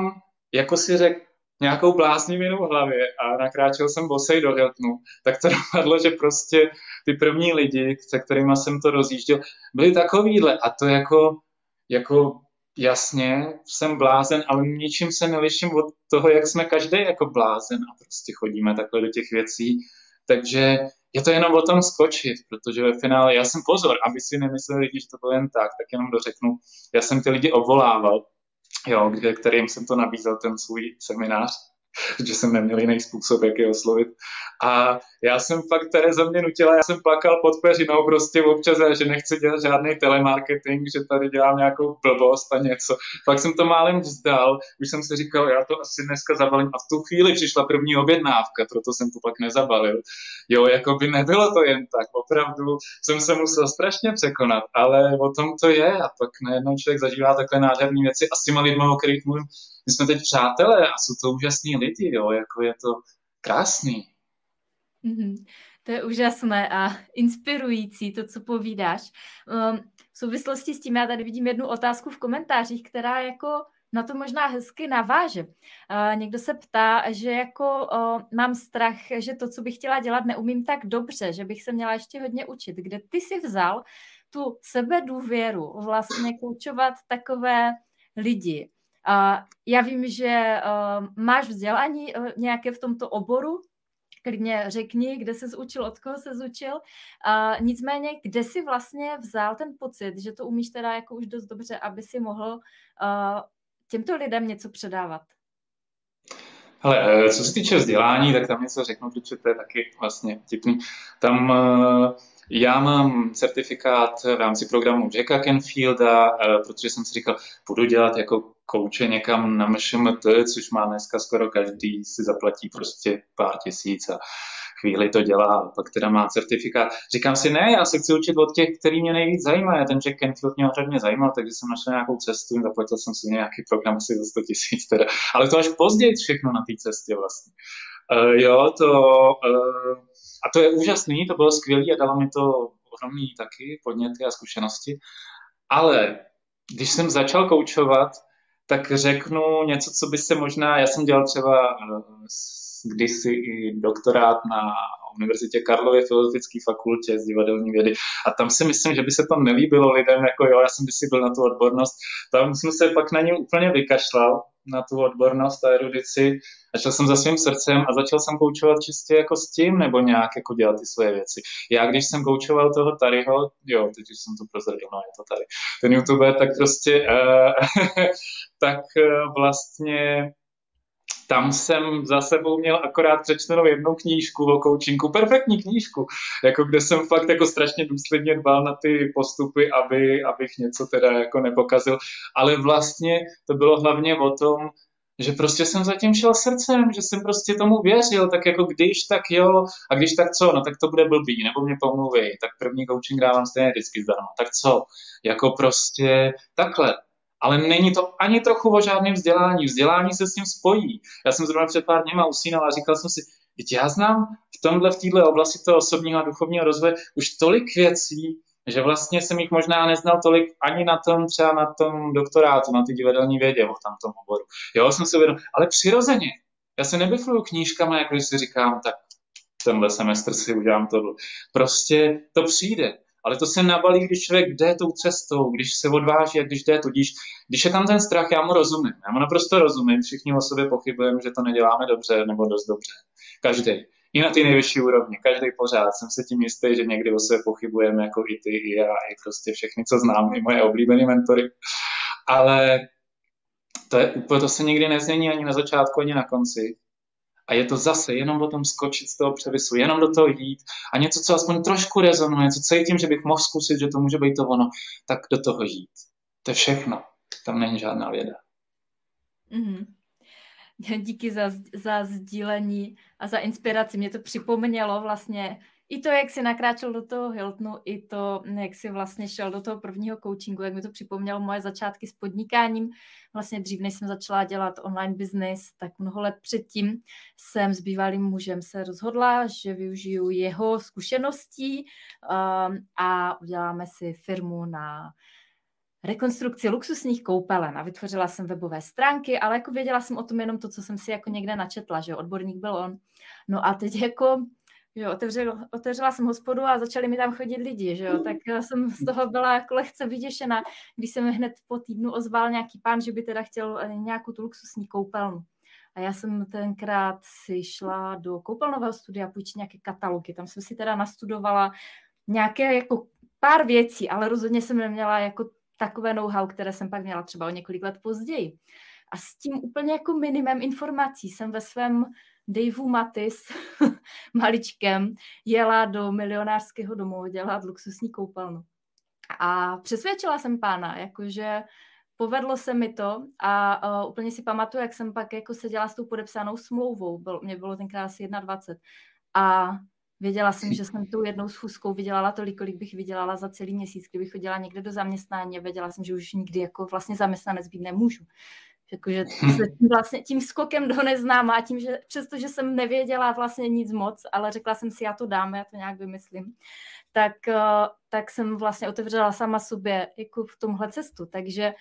jako si řekl nějakou bláznivinu v hlavě a nakráčel jsem bosej do Hiltonu, tak to dopadlo, že prostě ty první lidi, se kterými jsem to rozjížděl, byli takovýhle a to jako jasně, jsem blázen, ale ničím se neliším od toho, jak jsme každý jako blázen a prostě chodíme takhle do těch věcí, takže je to jenom o tom skočit, protože ve finále, já jsem pozor, aby si nemysleli lidi, že to bylo jen tak jenom dořeknu, já jsem ty lidi obvolával, jo, kterým jsem to nabízel, ten svůj seminář, že jsem neměl jiný způsob, jak je oslovit. A já jsem fakt, Tereza mě nutila, já jsem plakal pod peřinou prostě občas, že nechci dělat žádný telemarketing, že tady dělám nějakou blbost a něco. Pak jsem to málem vzdal, už jsem si říkal, já to asi dneska zabalím. A v tu chvíli přišla první objednávka, proto jsem to pak nezabalil. Jo, jako by nebylo to jen tak, opravdu jsem se musel strašně překonat, ale o tom to je a pak najednou člověk zažívá takhle nádherné věci a s těma lidma, o kterých mluvím, my jsme teď přátelé a jsou to úžasní lidi, jo, jako je to krásný.
Mm-hmm. To je úžasné a inspirující, to, co povídáš. V souvislosti s tím já tady vidím jednu otázku v komentářích, která jako na to možná hezky naváže. Někdo se ptá, že jako mám strach, že to, co bych chtěla dělat, neumím tak dobře, že bych se měla ještě hodně učit. Kde ty si vzal tu sebedůvěru vlastně koučovat takové lidi? Já vím, že máš vzdělání nějaké v tomto oboru, klidně řekni, kde ses učil, od koho ses učil. Nicméně, kde si vlastně vzal ten pocit, že to umíš teda jako už dost dobře, aby si mohl těmto lidem něco předávat?
Hele, co se týče vzdělání, tak tam něco řeknu, protože to je taky vlastně vtipný. Tam já mám certifikát v rámci programu Jacka Canfielda, protože jsem si říkal, budu dělat jako kouče někam na MŠMT, což má dneska skoro každý, si zaplatí prostě pár tisíc a chvíli to dělá, pak teda má certifikát. Říkám si, ne, já se chci učit od těch, který mě nejvíc zajímá. Ten Jack Canfield mě hodně zajímal, takže jsem našel nějakou cestu, zaplatil jsem si nějaký program asi za 100 000 teda. Ale to až později všechno na té cestě vlastně. A to je úžasný, to bylo skvělé a dalo mi to ohromný taky podněty a zkušenosti. Ale když jsem začal koučovat, tak řeknu něco, co by se možná, já jsem dělal třeba kdysi i doktorát na Univerzitě Karlově filozofické fakultě z divadelní vědy a tam si myslím, že by se to nelíbilo lidem, jako jo, já jsem kdysi byl na tu odbornost, tam jsem se pak na ně úplně vykašlal, na tu odbornost a erudici, začal jsem za svým srdcem a začal jsem koučovat čistě jako s tím, nebo nějak jako dělat ty svoje věci. Já, když jsem koučoval toho Taryho, jo, teď už jsem to prozradil, no je to Tary, ten youtuber, tak prostě tak vlastně tam jsem za sebou měl akorát přečtenou jednu knížku o coachingu, perfektní knížku, jako kde jsem fakt jako strašně důsledně dbal na ty postupy, abych něco teda jako nepokazil, ale vlastně to bylo hlavně o tom, že prostě jsem zatím šel srdcem, že jsem prostě tomu věřil, tak jako když, tak jo, a když tak co, no tak to bude blbý, nebo mě pomluví, tak první coaching dávám stejně vždycky zdarma, tak co, jako prostě takhle. Ale není to ani trochu o žádném vzdělání. Vzdělání se s tím spojí. Já jsem zrovna před pár dněma usínal a říkal jsem si, já znám v této oblasti toho osobního a duchovního rozvoje už tolik věcí, že vlastně jsem jich možná neznal tolik ani třeba na tom doktorátu, na ty divadelní vědě, o tamtom oboru. Jo, jsem si uvědomil, ale přirozeně. Já se nebifluju knížkama, jako když si říkám, tak tenhle semestr si udělám tohle. Prostě to přijde. Ale to se nabalí, když člověk jde tou cestou, když se odváží a když jde, tudíž, když je tam ten strach, já mu rozumím. Já mu naprosto rozumím, všichni o sobě pochybujeme, že to neděláme dobře nebo dost dobře. Každý. I na ty nejvyšší úrovni, každý pořád. Jsem se tím jistý, že někdy o sobě pochybujeme, jako i ty, i já, i prostě všechny, co znám, i moje oblíbené mentory. Ale to se nikdy nezmění ani na začátku, ani na konci. A je to zase jenom o tom skočit z toho převisu, jenom do toho jít a něco, co aspoň trošku rezonuje, něco cítím, že bych mohl zkusit, že to může být to ono, tak do toho jít. To je všechno. Tam není žádná věda.
Mm-hmm. Díky za sdílení a za inspiraci. Mě to připomnělo vlastně i to, jak jsi nakráčel do toho Hiltonu, i to, jak jsi vlastně šel do toho prvního coachingu, jak mi to připomnělo moje začátky s podnikáním. Vlastně dřív, než jsem začala dělat online business, tak mnoho let předtím jsem s bývalým mužem se rozhodla, že využiju jeho zkušeností a uděláme si firmu na rekonstrukci luxusních koupelen a vytvořila jsem webové stránky, ale jako věděla jsem o tom jenom to, co jsem si jako někde načetla, že odborník byl on. No a teď jako jo, otevřela jsem hospodu a začali mi tam chodit lidi, že jo, tak jsem z toho byla jako lehce vyděšená, když se mi hned po týdnu ozval nějaký pán, že by teda chtěl nějakou tu luxusní koupelnu. A já jsem tenkrát si šla do koupelnového studia půjčit nějaké katalogy, tam jsem si teda nastudovala nějaké jako pár věcí, ale rozhodně jsem neměla jako takové know-how, které jsem pak měla třeba o několik let později. A s tím úplně jako minimem informací jsem ve svém Daveu Matis maličkem jela do milionářského domu dělat luxusní koupelnu. A přesvědčila jsem pána, jakože povedlo se mi to a úplně si pamatuju, jak jsem pak jako seděla s tou podepsanou smlouvou. Mě bylo tenkrát asi 21. A věděla jsem, že jsem tou jednou schůzkou vydělala tolik, kolik bych vydělala za celý měsíc, kdybych chodila někde do zaměstnání a věděla jsem, že už nikdy jako vlastně zaměstnanec být nemůžu. Jakože vlastně tím skokem do neznáma a tím, že přestože jsem nevěděla vlastně nic moc, ale řekla jsem si, já to dám, já to nějak vymyslím, tak jsem vlastně otevřela sama sobě jako v tomhle cestu. Takže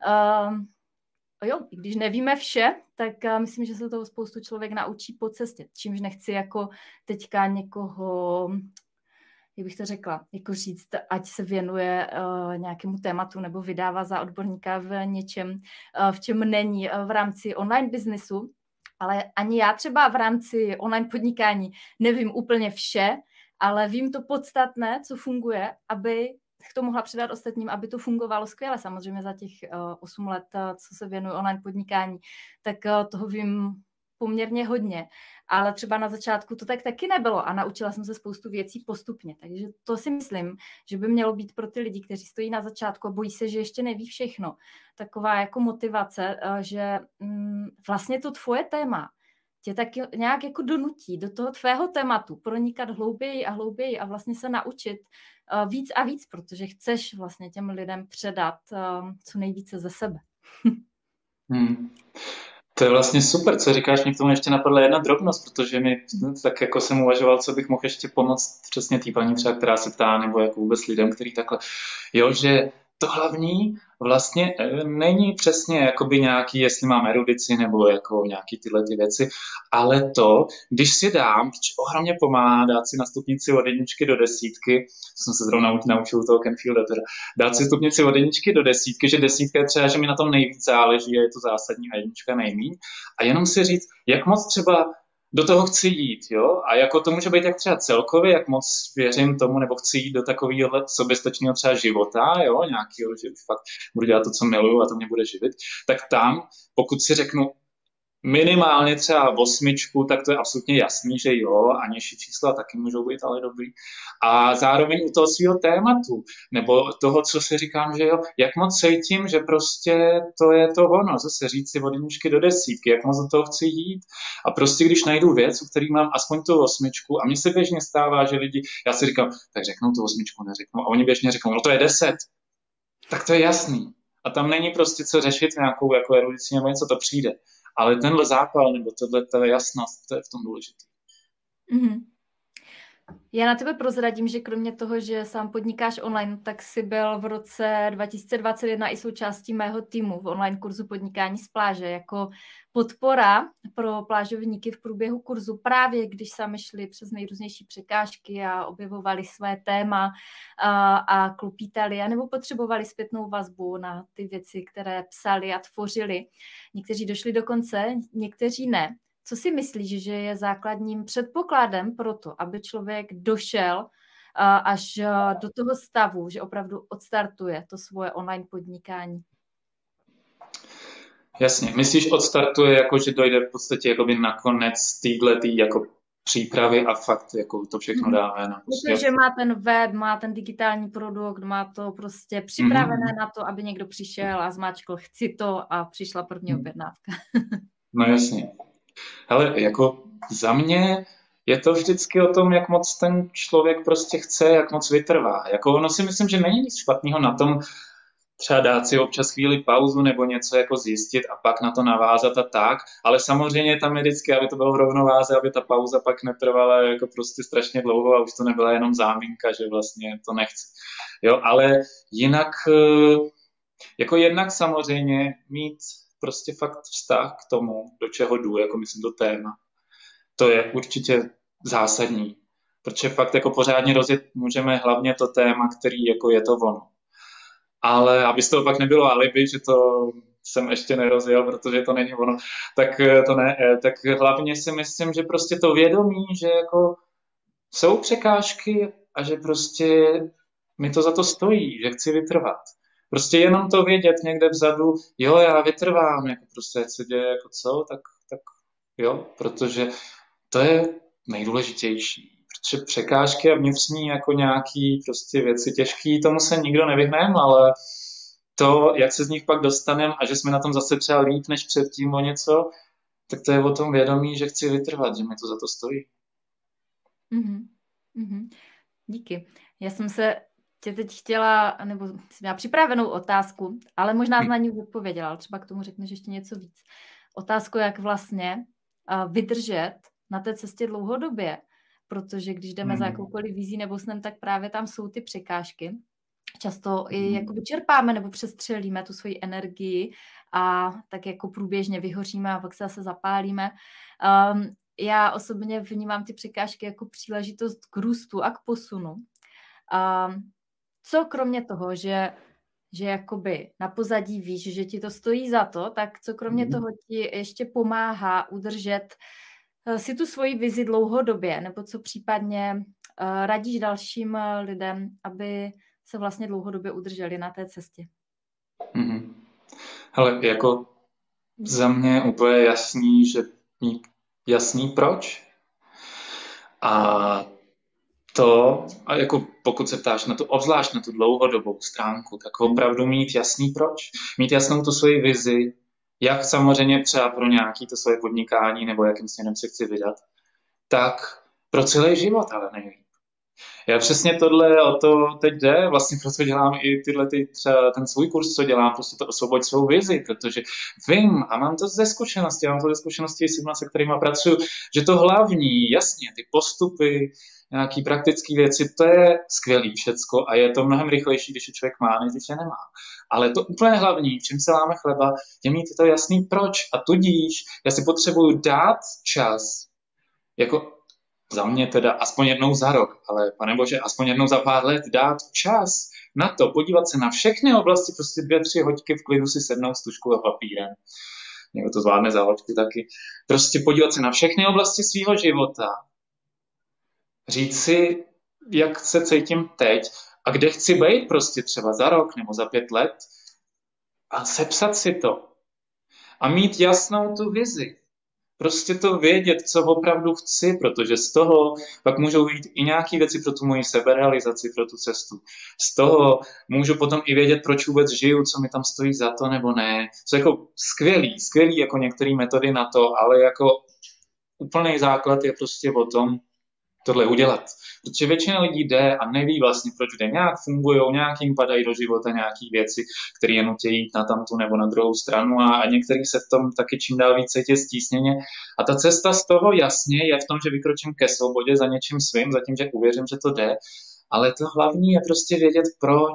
jo, i když nevíme vše, tak myslím, že se toho spoustu člověk naučí po cestě, čímž nechci jako teďka někoho, jak bych to řekla, jako říct, ať se věnuje nějakému tématu nebo vydává za odborníka v něčem, v čem není v rámci online biznesu, ale ani já třeba v rámci online podnikání nevím úplně vše, ale vím to podstatné, co funguje, aby to mohla předat ostatním, aby to fungovalo skvěle. Samozřejmě za těch 8 let, co se věnuju online podnikání, tak toho vím poměrně hodně, ale třeba na začátku to tak taky nebylo a naučila jsem se spoustu věcí postupně, takže to si myslím, že by mělo být pro ty lidi, kteří stojí na začátku a bojí se, že ještě neví všechno, taková jako motivace, že vlastně to tvoje téma tě tak nějak jako donutí do toho tvého tématu pronikat hlouběji a hlouběji a vlastně se naučit víc a víc, protože chceš vlastně těm lidem předat co nejvíce ze sebe.
To je vlastně super, co říkáš, mě k tomu ještě napadla jedna drobnost, protože mi tak jako jsem uvažoval, co bych mohl ještě pomoct přesně té paní třeba, která se ptá, nebo jako vůbec lidem, který takhle, jo, že to hlavní vlastně není přesně jakoby nějaký, jestli mám erudici nebo jako nějaký tyhle ty věci, ale to, když si dám, ohromně pomáhá dát si na stupnici od 1 do 10, jsem se zrovna naučil toho Canfielda, teda, dát si stupnici od 1 do 10, že 10 je třeba, že mi na tom nejvíc záleží a je to zásadní a 1 nejmíň. A jenom si říct, jak moc třeba do toho chci jít, jo? A jako to může být jak třeba celkově, jak moc věřím tomu, nebo chci jít do takového soběstačného třeba života, jo? Nějakého, že už fakt budu dělat to, co miluju a to mě bude živit, tak tam, pokud si řeknu minimálně třeba 8, tak to je absolutně jasný, že jo, a nižší čísla taky můžou být ale dobrý. A zároveň u toho svého tématu, nebo toho, co si říkám, že jo, jak moc cítím, že prostě to je to ono, zase říct si od 1 do 10, jak moc do toho chci jít. A prostě když najdu věc, u který mám aspoň tu 8, a mně se běžně stává, že lidi, já si říkám, tak řeknou tu 8, neřeknou, a oni běžně řeknou, no to je 10, tak to je jasný. A tam není prostě co řešit nějakou jako erudici nebo něco, to přijde. Ale tenhle zápal nebo tato jasnost, to je v tom důležité.
Mm-hmm. Já na tebe prozradím, že kromě toho, že sám podnikáš online, tak jsi byl v roce 2021 i součástí mého týmu v online kurzu podnikání z pláže jako podpora pro plážovníky v průběhu kurzu, právě když sami šli přes nejrůznější překážky a objevovali své téma a klupítali, anebo potřebovali zpětnou vazbu na ty věci, které psali a tvořili. Někteří došli do konce, někteří ne. Co si myslíš, že je základním předpokladem pro to, aby člověk došel až do toho stavu, že opravdu odstartuje to svoje online podnikání?
Jasně. Myslíš odstartuje, jako že dojde v podstatě jakoby na konec týhletý jako přípravy a fakt jako to všechno dá ven.
Protože má ten web, má ten digitální produkt, má to prostě připravené na to, aby někdo přišel a zmáčkl chci to a přišla první objednávka.
No jasně. Hele, jako za mě je to vždycky o tom, jak moc ten člověk prostě chce, jak moc vytrvá. Jako ono si myslím, že není nic špatného na tom třeba dát si občas chvíli pauzu nebo něco jako zjistit a pak na to navázat a tak, ale samozřejmě tam je vždycky, aby to bylo v rovnováze, aby ta pauza pak netrvala jako prostě strašně dlouho a už to nebyla jenom záminka, že vlastně to nechci. Jo, ale jinak Jako jednak samozřejmě mít prostě fakt vztah k tomu, do čeho jdu, jako myslím do téma. To je určitě zásadní, protože fakt jako pořádně rozjet můžeme hlavně to téma, který jako je to ono. Ale aby z toho pak nebylo alibi, že to jsem ještě nerozjel, protože to není ono, tak to ne. Tak hlavně si myslím, že prostě to vědomí, že jako jsou překážky a že prostě mi to za to stojí, že chci vytrvat. Prostě jenom to vědět někde vzadu, jo, já vytrvám, jako prostě, ať se děje jako co, tak jo, protože to je nejdůležitější. Protože překážky a vnitřní jako nějaký prostě věci těžký, tomu se nikdo nevyhneme, ale to, jak se z nich pak dostaneme a že jsme na tom zase třeba líp než předtím o něco, tak to je o tom vědomí, že chci vytrvat, že mi to za to stojí.
Mhm. Mhm. Díky. Já jsem se tě teď chtěla, nebo jsem měla připravenou otázku, ale možná na ní odpověděla, ale třeba k tomu řekneš ještě něco víc. Otázku, jak vlastně vydržet na té cestě dlouhodobě, protože když jdeme za jakoukoliv vizí nebo snem, tak právě tam jsou ty překážky. Často i jako vyčerpáme nebo přestřelíme tu svoji energii a tak jako průběžně vyhoříme a pak se zase zapálíme. Já osobně vnímám ty překážky jako příležitost k růstu a k posunu. Co kromě toho, že jakoby na pozadí víš, že ti to stojí za to, tak co kromě toho ti ještě pomáhá udržet si tu svoji vizi dlouhodobě, nebo co případně radíš dalším lidem, aby se vlastně dlouhodobě udrželi na té cestě?
Hele, jako za mě úplně jasný, že mít jasný proč. A to, a jako pokud se ptáš na to, obzvlášť na tu dlouhodobou stránku, tak opravdu mít jasný proč. Mít jasnou tu svoji vizi, jak samozřejmě třeba pro nějaký to svoje podnikání nebo jakým směrem se chci vydat, tak pro celý život, ale nejlíp. Já přesně tohle o to teď jde, vlastně proto dělám i třeba ten svůj kurz, co dělám, prostě to osvoboď svou vizi, protože vím a mám to ze zkušenosti, s lidmi, se kterými pracuju, že to hlavní, jasně, ty postupy, nějaký praktické věci, to je skvělý všecko a je to mnohem rychlejší, když je člověk má, než když je nemá. Ale to úplně hlavní, v čem se láme chleba, je mít to jasný proč a tudíž já si potřebuju dát čas, jako za mě teda aspoň jednou za rok, ale panebože, aspoň jednou za pár let dát čas na to, podívat se na všechny oblasti, prostě 2-3 hoďky v klidu si sednout s tužkou a papírem. Někdo to zvládne za hoďku taky. Prostě podívat se na všechny oblasti svého života, říct si, jak se cítím teď a kde chci být prostě třeba za rok nebo za 5 let a sepsat si to. A mít jasnou tu vizi. Prostě to vědět, co opravdu chci, protože z toho pak můžou být i nějaké věci pro tu moji seberealizaci, pro tu cestu. Z toho můžu potom i vědět, proč vůbec žiju, co mi tam stojí za to nebo ne. Co jako skvělý jako některé metody na to, ale jako úplný základ je prostě o tom tohle udělat. Protože většina lidí jde a neví vlastně, proč jde. Nějak fungujou, nějak jim padají do života nějaké věci, které je nutí jít na tamtu nebo na druhou stranu a některý se v tom taky čím dál více cítí stísněně. A ta cesta z toho jasně je v tom, že vykročím ke svobodě za něčím svým, za tím, že uvěřím, že to jde. Ale to hlavní je prostě vědět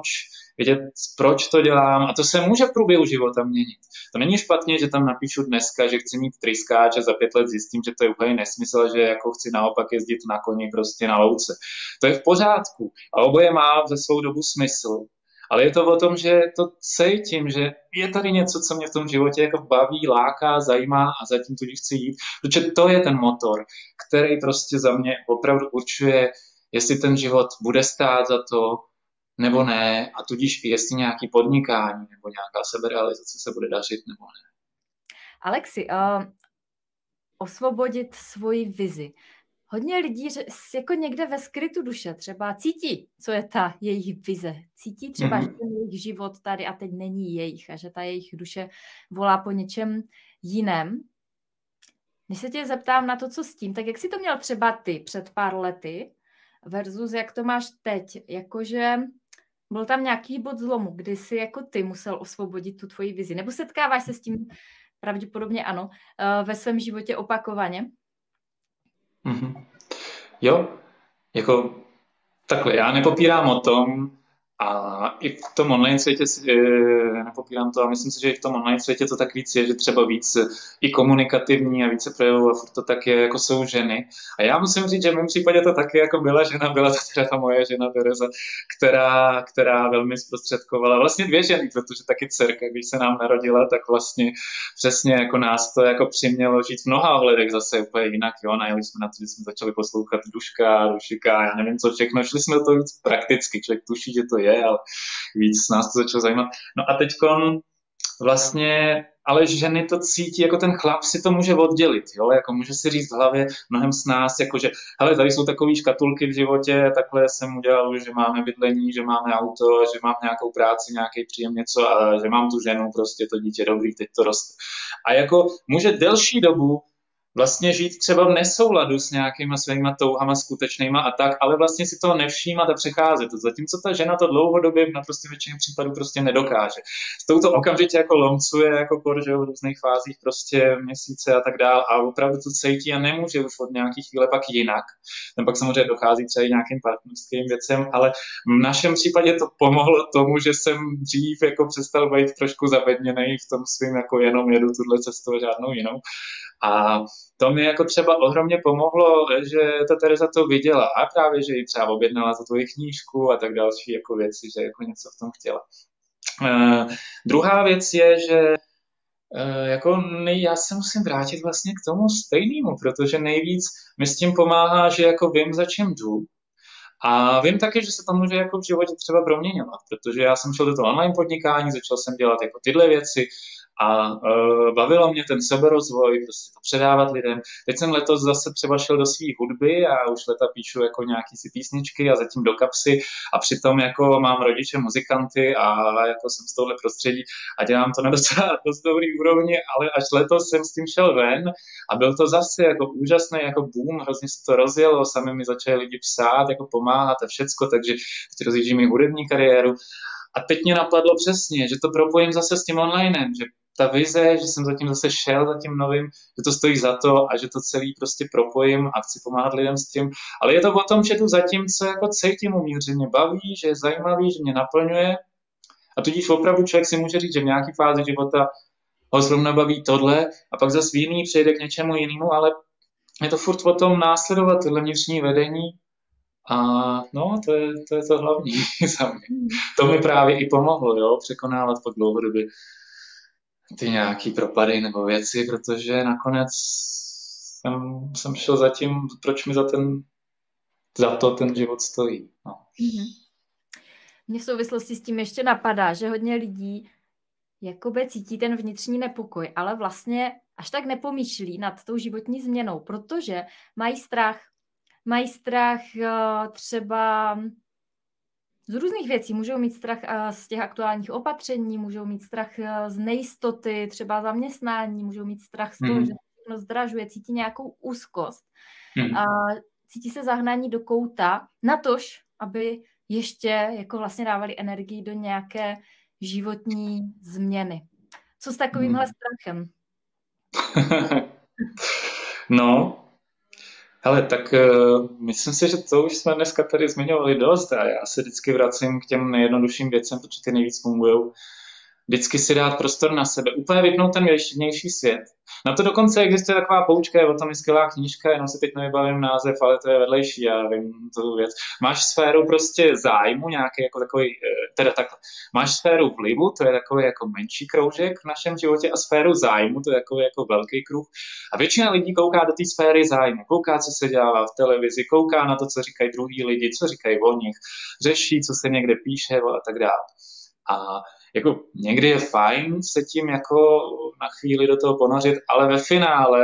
proč to dělám a to se může v průběhu života měnit. To není špatně, že tam napíšu dneska, že chci mít tryskáč a za 5 let zjistím, že to je úplně nesmysl, že jako chci naopak jezdit na koni prostě na louce. To je v pořádku a oboje má za svou dobu smysl. Ale je to o tom, že to cítím, že je tady něco, co mě v tom životě jako baví, láká, zajímá a zatím tudíž chci jít. Protože to je ten motor, který prostě za mě opravdu určuje, jestli ten život bude stát za to, nebo ne, a tudíž i jestli nějaký podnikání nebo nějaká seberealizace se bude dařit, nebo ne.
Alexi, osvobodit svoji vizi. Hodně lidí jako někde ve skrytu duše třeba cítí, co je ta jejich vize. Cítí třeba, že ten jejich život tady a teď není jejich a že ta jejich duše volá po něčem jiném. Když se tě zeptám na to, co s tím, tak jak jsi to měl třeba ty před pár lety versus jak to máš teď? Jakože byl tam nějaký bod zlomu, kdy jsi jako ty musel osvobodit tu tvoji vizi. Nebo setkáváš se s tím? Pravděpodobně ano. Ve svém životě opakovaně?
Jo, jako takhle, já nepopírám o tom, A i v tom online světě, nepopírám to, a myslím si, že i v tom online světě to tak víc je, že třeba víc i komunikativní a více projevů a furt to tak je, jako jsou ženy. A já musím říct, že v mém případě to taky jako byla žena, byla to teda ta moje žena Tereza, která velmi zprostředkovala. Vlastně dvě ženy, protože taky dcerka, když se nám narodila, tak vlastně přesně jako nás to jako přimělo žít v mnoha ohledech zase úplně jinak. Jo? Najeli jsme na to, že jsme začali poslouchat Dušika, já nevím co všechno, šli jsme to víc prakticky, člověk tuší, že to je, ale víc nás to začalo zajímat. No a teďkon vlastně, ale ženy to cítí, jako ten chlap si to může oddělit, jo, jako může si říct v hlavě mnohem s nás, jakože, hele, tady jsou takové škatulky v životě, takhle jsem udělal, že máme bydlení, že máme auto, že mám nějakou práci, nějaký příjem, něco a že mám tu ženu, prostě to dítě dobrý, teď to roste. A jako může delší dobu vlastně žít třeba v nesouladu s nějakýma svýma touhama skutečnýma a tak, ale vlastně si toho nevšímat a přecházet. Zatímco ta žena to dlouhodobě v naprosté většině případů prostě nedokáže. S touto okamžitě jako lomcuje, jako že v různých fázích prostě měsíce a tak dál a opravdu to cítí a nemůže už od nějakých chvíle pak jinak. Ten pak samozřejmě dochází třeba i nějakým partnerským věcem, ale v našem případě to pomohlo tomu, že jsem dřív jako přestal být trošku zavedněný v tom svým, jako jenom jedu tuhle cestu a žádnou jinou. A to mi jako třeba ohromně pomohlo, že ta Tereza to viděla a právě, že ji třeba objednala za tvoji knížku a tak další jako věci, že jako něco v tom chtěla. Druhá věc je, že jako já se musím vrátit vlastně k tomu stejnému, protože nejvíc mi s tím pomáhá, že jako vím, za čím jdu. A vím taky, že se to může jako v životě třeba proměňovat, protože já jsem šel do toho online podnikání, začal jsem dělat jako tyhle věci a bavilo mě ten seberozvoj, prostě to předávat lidem. Teď jsem letos zase třeba šel do svý hudby a už leta píšu jako nějaký si písničky a zatím do kapsy a přitom jako mám rodiče muzikanty a jako jsem z tohle prostředí a dělám to na docela dost dobrý úrovni, ale až letos jsem s tím šel ven a byl to zase jako úžasný jako boom, hrozně se to rozjelo, sami mi začali lidi psát, jako pomáhat a všecko, takže teď rozjíždím i hudební kariéru. A teď mě napadlo přesně, že to propojím zase s tím onlinem, že ta vize, že jsem zatím zase šel za tím novým, že to stojí za to a že to celý prostě propojím a chci pomáhat lidem s tím. Ale je to o tom, že tu zatím, co jako cítím uvnitř, že mě baví, že je zajímavý, že mě naplňuje. A tudíž opravdu člověk si může říct, že v nějaké fázi života ho zrovna baví tohle a pak zase v jiný přejde k něčemu jinému, ale je to furt o tom následovat tohle vnitřní vedení. A no, to je to hlavní za mě. To mi právě i pomohlo, jo, překonávat po dlouhodobě ty nějaký propady nebo věci, protože nakonec jsem šel za tím, proč mi za to ten život stojí. No.
Mně v souvislosti s tím ještě napadá, že hodně lidí jakoby cítí ten vnitřní nepokoj, ale vlastně až tak nepomýšlí nad tou životní změnou, protože mají strach. Mají strach třeba z různých věcí. Můžou mít strach z těch aktuálních opatření, můžou mít strach z nejistoty, třeba zaměstnání, můžou mít strach z toho, že všechno zdražuje, cítí nějakou úzkost. Cítí se zahnání do kouta, natož, aby ještě jako vlastně dávali energii do nějaké životní změny. Co s takovýmhle strachem?
No, hele, tak myslím si, že to už jsme dneska tady zmiňovali dost a já se vždycky vracím k těm nejjednodušším věcem, protože ty nejvíc fungujou. Vždycky si dát prostor na sebe, úplně vypnout ten vnější svět. Na to dokonce existuje taková poučka, je o tom i skvělá knížka, jenom si teď nevybavím název, ale to je vedlejší, já vím tu věc. Máš sféru prostě zájmu, nějaký jako takový, teda takhle. Máš sféru vlivu, to je takový jako menší kroužek v našem životě a sféru zájmu, to je takový jako velký kruh. A většina lidí kouká do té sféry zájmu, kouká, co se dělá v televizi, kouká na to, co říkají druhý lidi, co říkají o nich, řeší, co se někde píše a tak dále. A jako někdy je fajn se tím jako na chvíli do toho ponořit, ale ve finále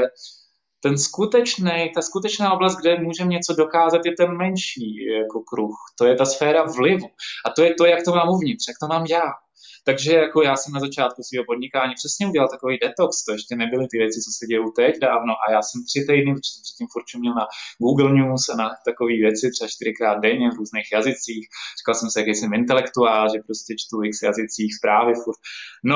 ta skutečná oblast, kde můžeme něco dokázat, je ten menší jako kruh. To je ta sféra vlivu. A to je to, jak to mám uvnitř, jak to mám já. Takže jako já jsem na začátku svého podnikání přesně udělal takový detox, to ještě nebyly ty věci, co se dějou teď dávno a já jsem 3 týdny, protože jsem předtím furt měl na Google News a na takové věci třeba 4krát denně v různých jazycích. Říkal jsem si, jaký jsem intelektuál, že prostě čtu v x jazycích zprávy furt. No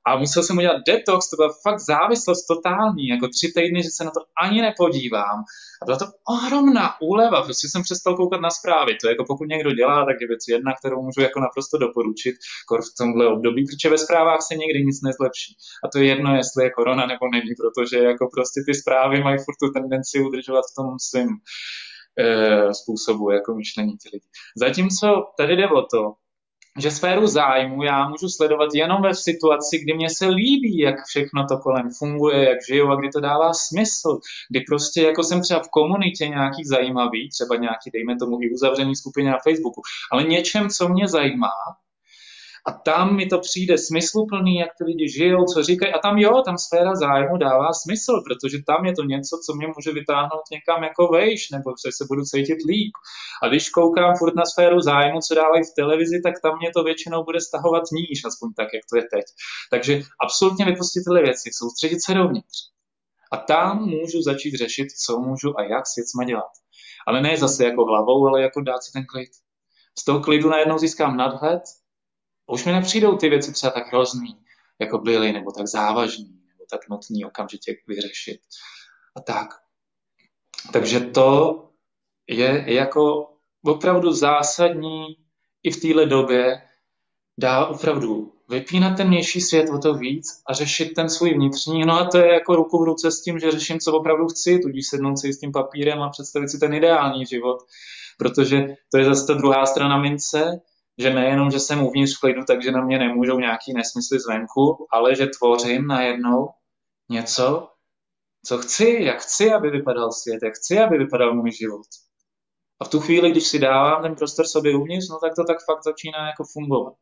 A musel jsem udělat detox, to byla fakt závislost totální, jako 3 týdny, že se na to ani nepodívám. A byla to ohromná úleva, prostě jsem přestal koukat na zprávy. To jako pokud někdo dělá, tak je věc jedna, kterou můžu jako naprosto doporučit, v tomhle období, protože ve zprávách se nikdy nic nezlepší. A to je jedno, jestli je korona nebo není, protože jako prostě ty zprávy mají furt tu tendenci udržovat v tom svým způsobu jako myšlení ty lidi. Zatímco tady jde o to, že sféru zájmu já můžu sledovat jenom ve situaci, kdy mě se líbí, jak všechno to kolem funguje, jak žiju a kdy to dává smysl, kdy prostě jako jsem třeba v komunitě nějaký zajímavý, třeba nějaký, dejme tomu i uzavřený skupině na Facebooku, ale něčem, co mě zajímá, a tam mi to přijde smysluplný, jak ty lidi žijou, co říkají. A tam jo, tam sféra zájmu dává smysl, protože tam je to něco, co mě může vytáhnout někam jako vejš, nebo se budu cítit líp. A když koukám furt na sféru zájmu, co dávají v televizi, tak tam mě to většinou bude stahovat níž, aspoň tak, jak to je teď. Takže absolutně vypustit tyhle věci, soustředit se dovnitř. A tam můžu začít řešit, co můžu a jak s věcma dělat. Ale ne zase jako hlavou, ale jako dát si ten klid. Z toho klidu najednou získám nadhled. Už mi nepřijdou ty věci třeba tak hrozný, jako byly, nebo tak závažný, nebo tak nutný okamžitě vyřešit. A tak. Takže to je jako opravdu zásadní i v téhle době dá opravdu vypínat ten vnější svět o to víc a řešit ten svůj vnitřní. No a to je jako ruku v ruce s tím, že řeším, co opravdu chci, tudíž sednout si s tím papírem a představit si ten ideální život. Protože to je zase ta druhá strana mince, že nejenom, že jsem uvnitř v klidu, takže na mě nemůžou nějaký nesmysly zvenku, ale že tvořím najednou něco, co chci, jak chci, aby vypadal svět, jak chci, aby vypadal můj život. A v tu chvíli, když si dávám ten prostor sobě uvnitř, no tak to tak fakt začíná jako fungovat.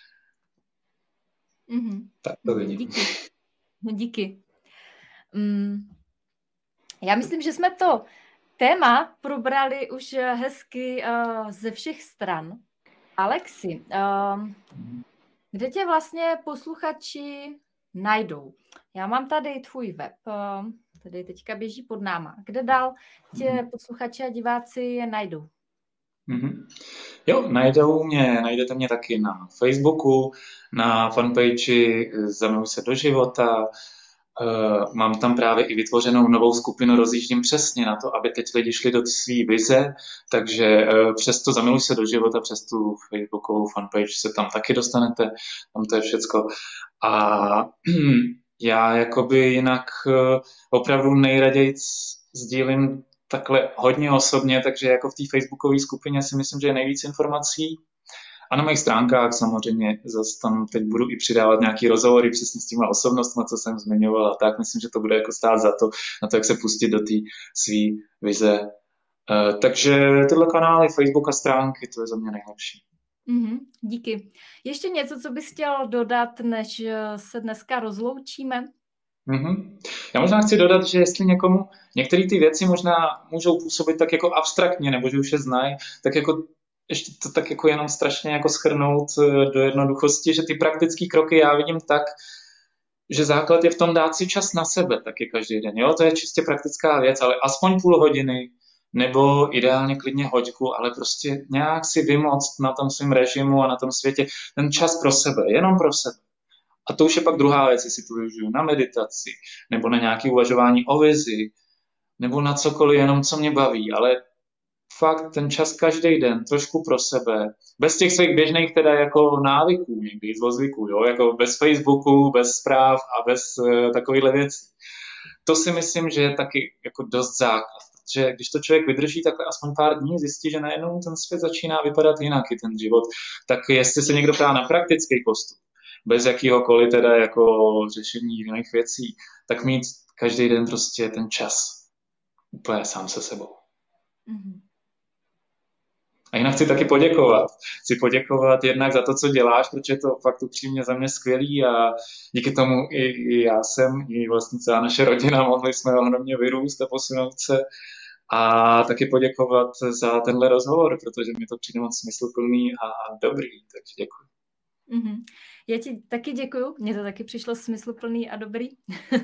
Tak to vidím.
Díky. Díky. Já myslím, že jsme to téma probrali už hezky ze všech stran. Alexi, kde tě vlastně posluchači najdou? Já mám tady tvůj web, tady teďka běží pod náma. Kde dál tě posluchači a diváci najdou?
Jo, najdete mě taky na Facebooku, na fanpage Zamiluj se do života. Mám tam právě i vytvořenou novou skupinu Rozjíždím přesně na to, aby teď lidi šli do své vize, takže přes to Zamiluj se do života, přes tu Facebookovou fanpage se tam taky dostanete, tam to je všecko. A já jakoby jinak opravdu nejraději sdílím takhle hodně osobně, takže jako v té facebookové skupině si myslím, že je nejvíc informací. A na mých stránkách samozřejmě zase tam teď budu i přidávat nějaký rozhovory přesně s těma osobnostmi, co jsem zmiňoval a tak. Myslím, že to bude jako stát za to, na to, jak se pustit do té svý vize. Takže tyhle kanály, Facebook a stránky, to je za mě nejlepší.
Díky. Ještě něco, co bys chtěl dodat, než se dneska rozloučíme?
Já možná chci dodat, že jestli někomu některé ty věci možná můžou působit tak jako abstraktně, nebo že už je znají, tak jako ještě to tak jako jenom strašně jako shrnout do jednoduchosti, že ty praktické kroky já vidím tak, že základ je v tom dát si čas na sebe taky každý den. Jo, to je čistě praktická věc, ale aspoň půl hodiny, nebo ideálně klidně hoďku, ale prostě nějak si vymoct na tom svém režimu a na tom světě ten čas pro sebe, jenom pro sebe. A to už je pak druhá věc, jestli to využiju na meditaci, nebo na nějaké uvažování o vizi, nebo na cokoliv, jenom co mě baví, ale fakt ten čas každý den, trošku pro sebe, bez těch svých běžných teda jako návyků, někdy zlozvyků, jo, jako bez Facebooku, bez zpráv a bez takovýchhle věcí. To si myslím, že je taky jako dost základ, protože když to člověk vydrží takhle aspoň pár dní, zjistí, že najednou ten svět začíná vypadat jinak, i ten život. Tak jestli se někdo ptá na praktický postup, bez jakýhokoliv teda jako řešení jiných věcí, tak mít každý den prostě ten čas úplně sám se sebou. A jinak chci taky poděkovat. Chci poděkovat jednak za to, co děláš, protože je to fakt upřímně za mě skvělý a díky tomu i já jsem, i vlastně celá naše rodina mohli jsme ohromně vyrůst a posunout se. A taky poděkovat za tenhle rozhovor, protože mi to přijde moc smysluplný a dobrý, takže děkuji.
Já ti taky děkuju, mně to taky přišlo smysluplný a dobrý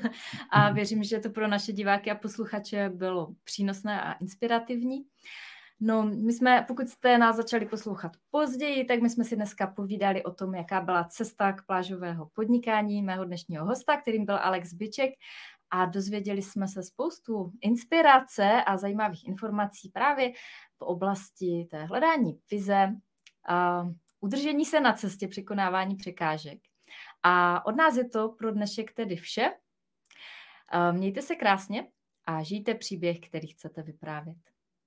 a věřím, že to pro naše diváky a posluchače bylo přínosné a inspirativní. No, my jsme, pokud jste nás začali poslouchat později, tak my jsme si dneska povídali o tom, jaká byla cesta k plážového podnikání mého dnešního hosta, kterým byl Alex Biček, a dozvěděli jsme se spoustu inspirace a zajímavých informací právě v oblasti té hledání vize, udržení se na cestě, překonávání překážek. A od nás je to pro dnešek tedy vše. Mějte se krásně a žijte příběh, který chcete vyprávět.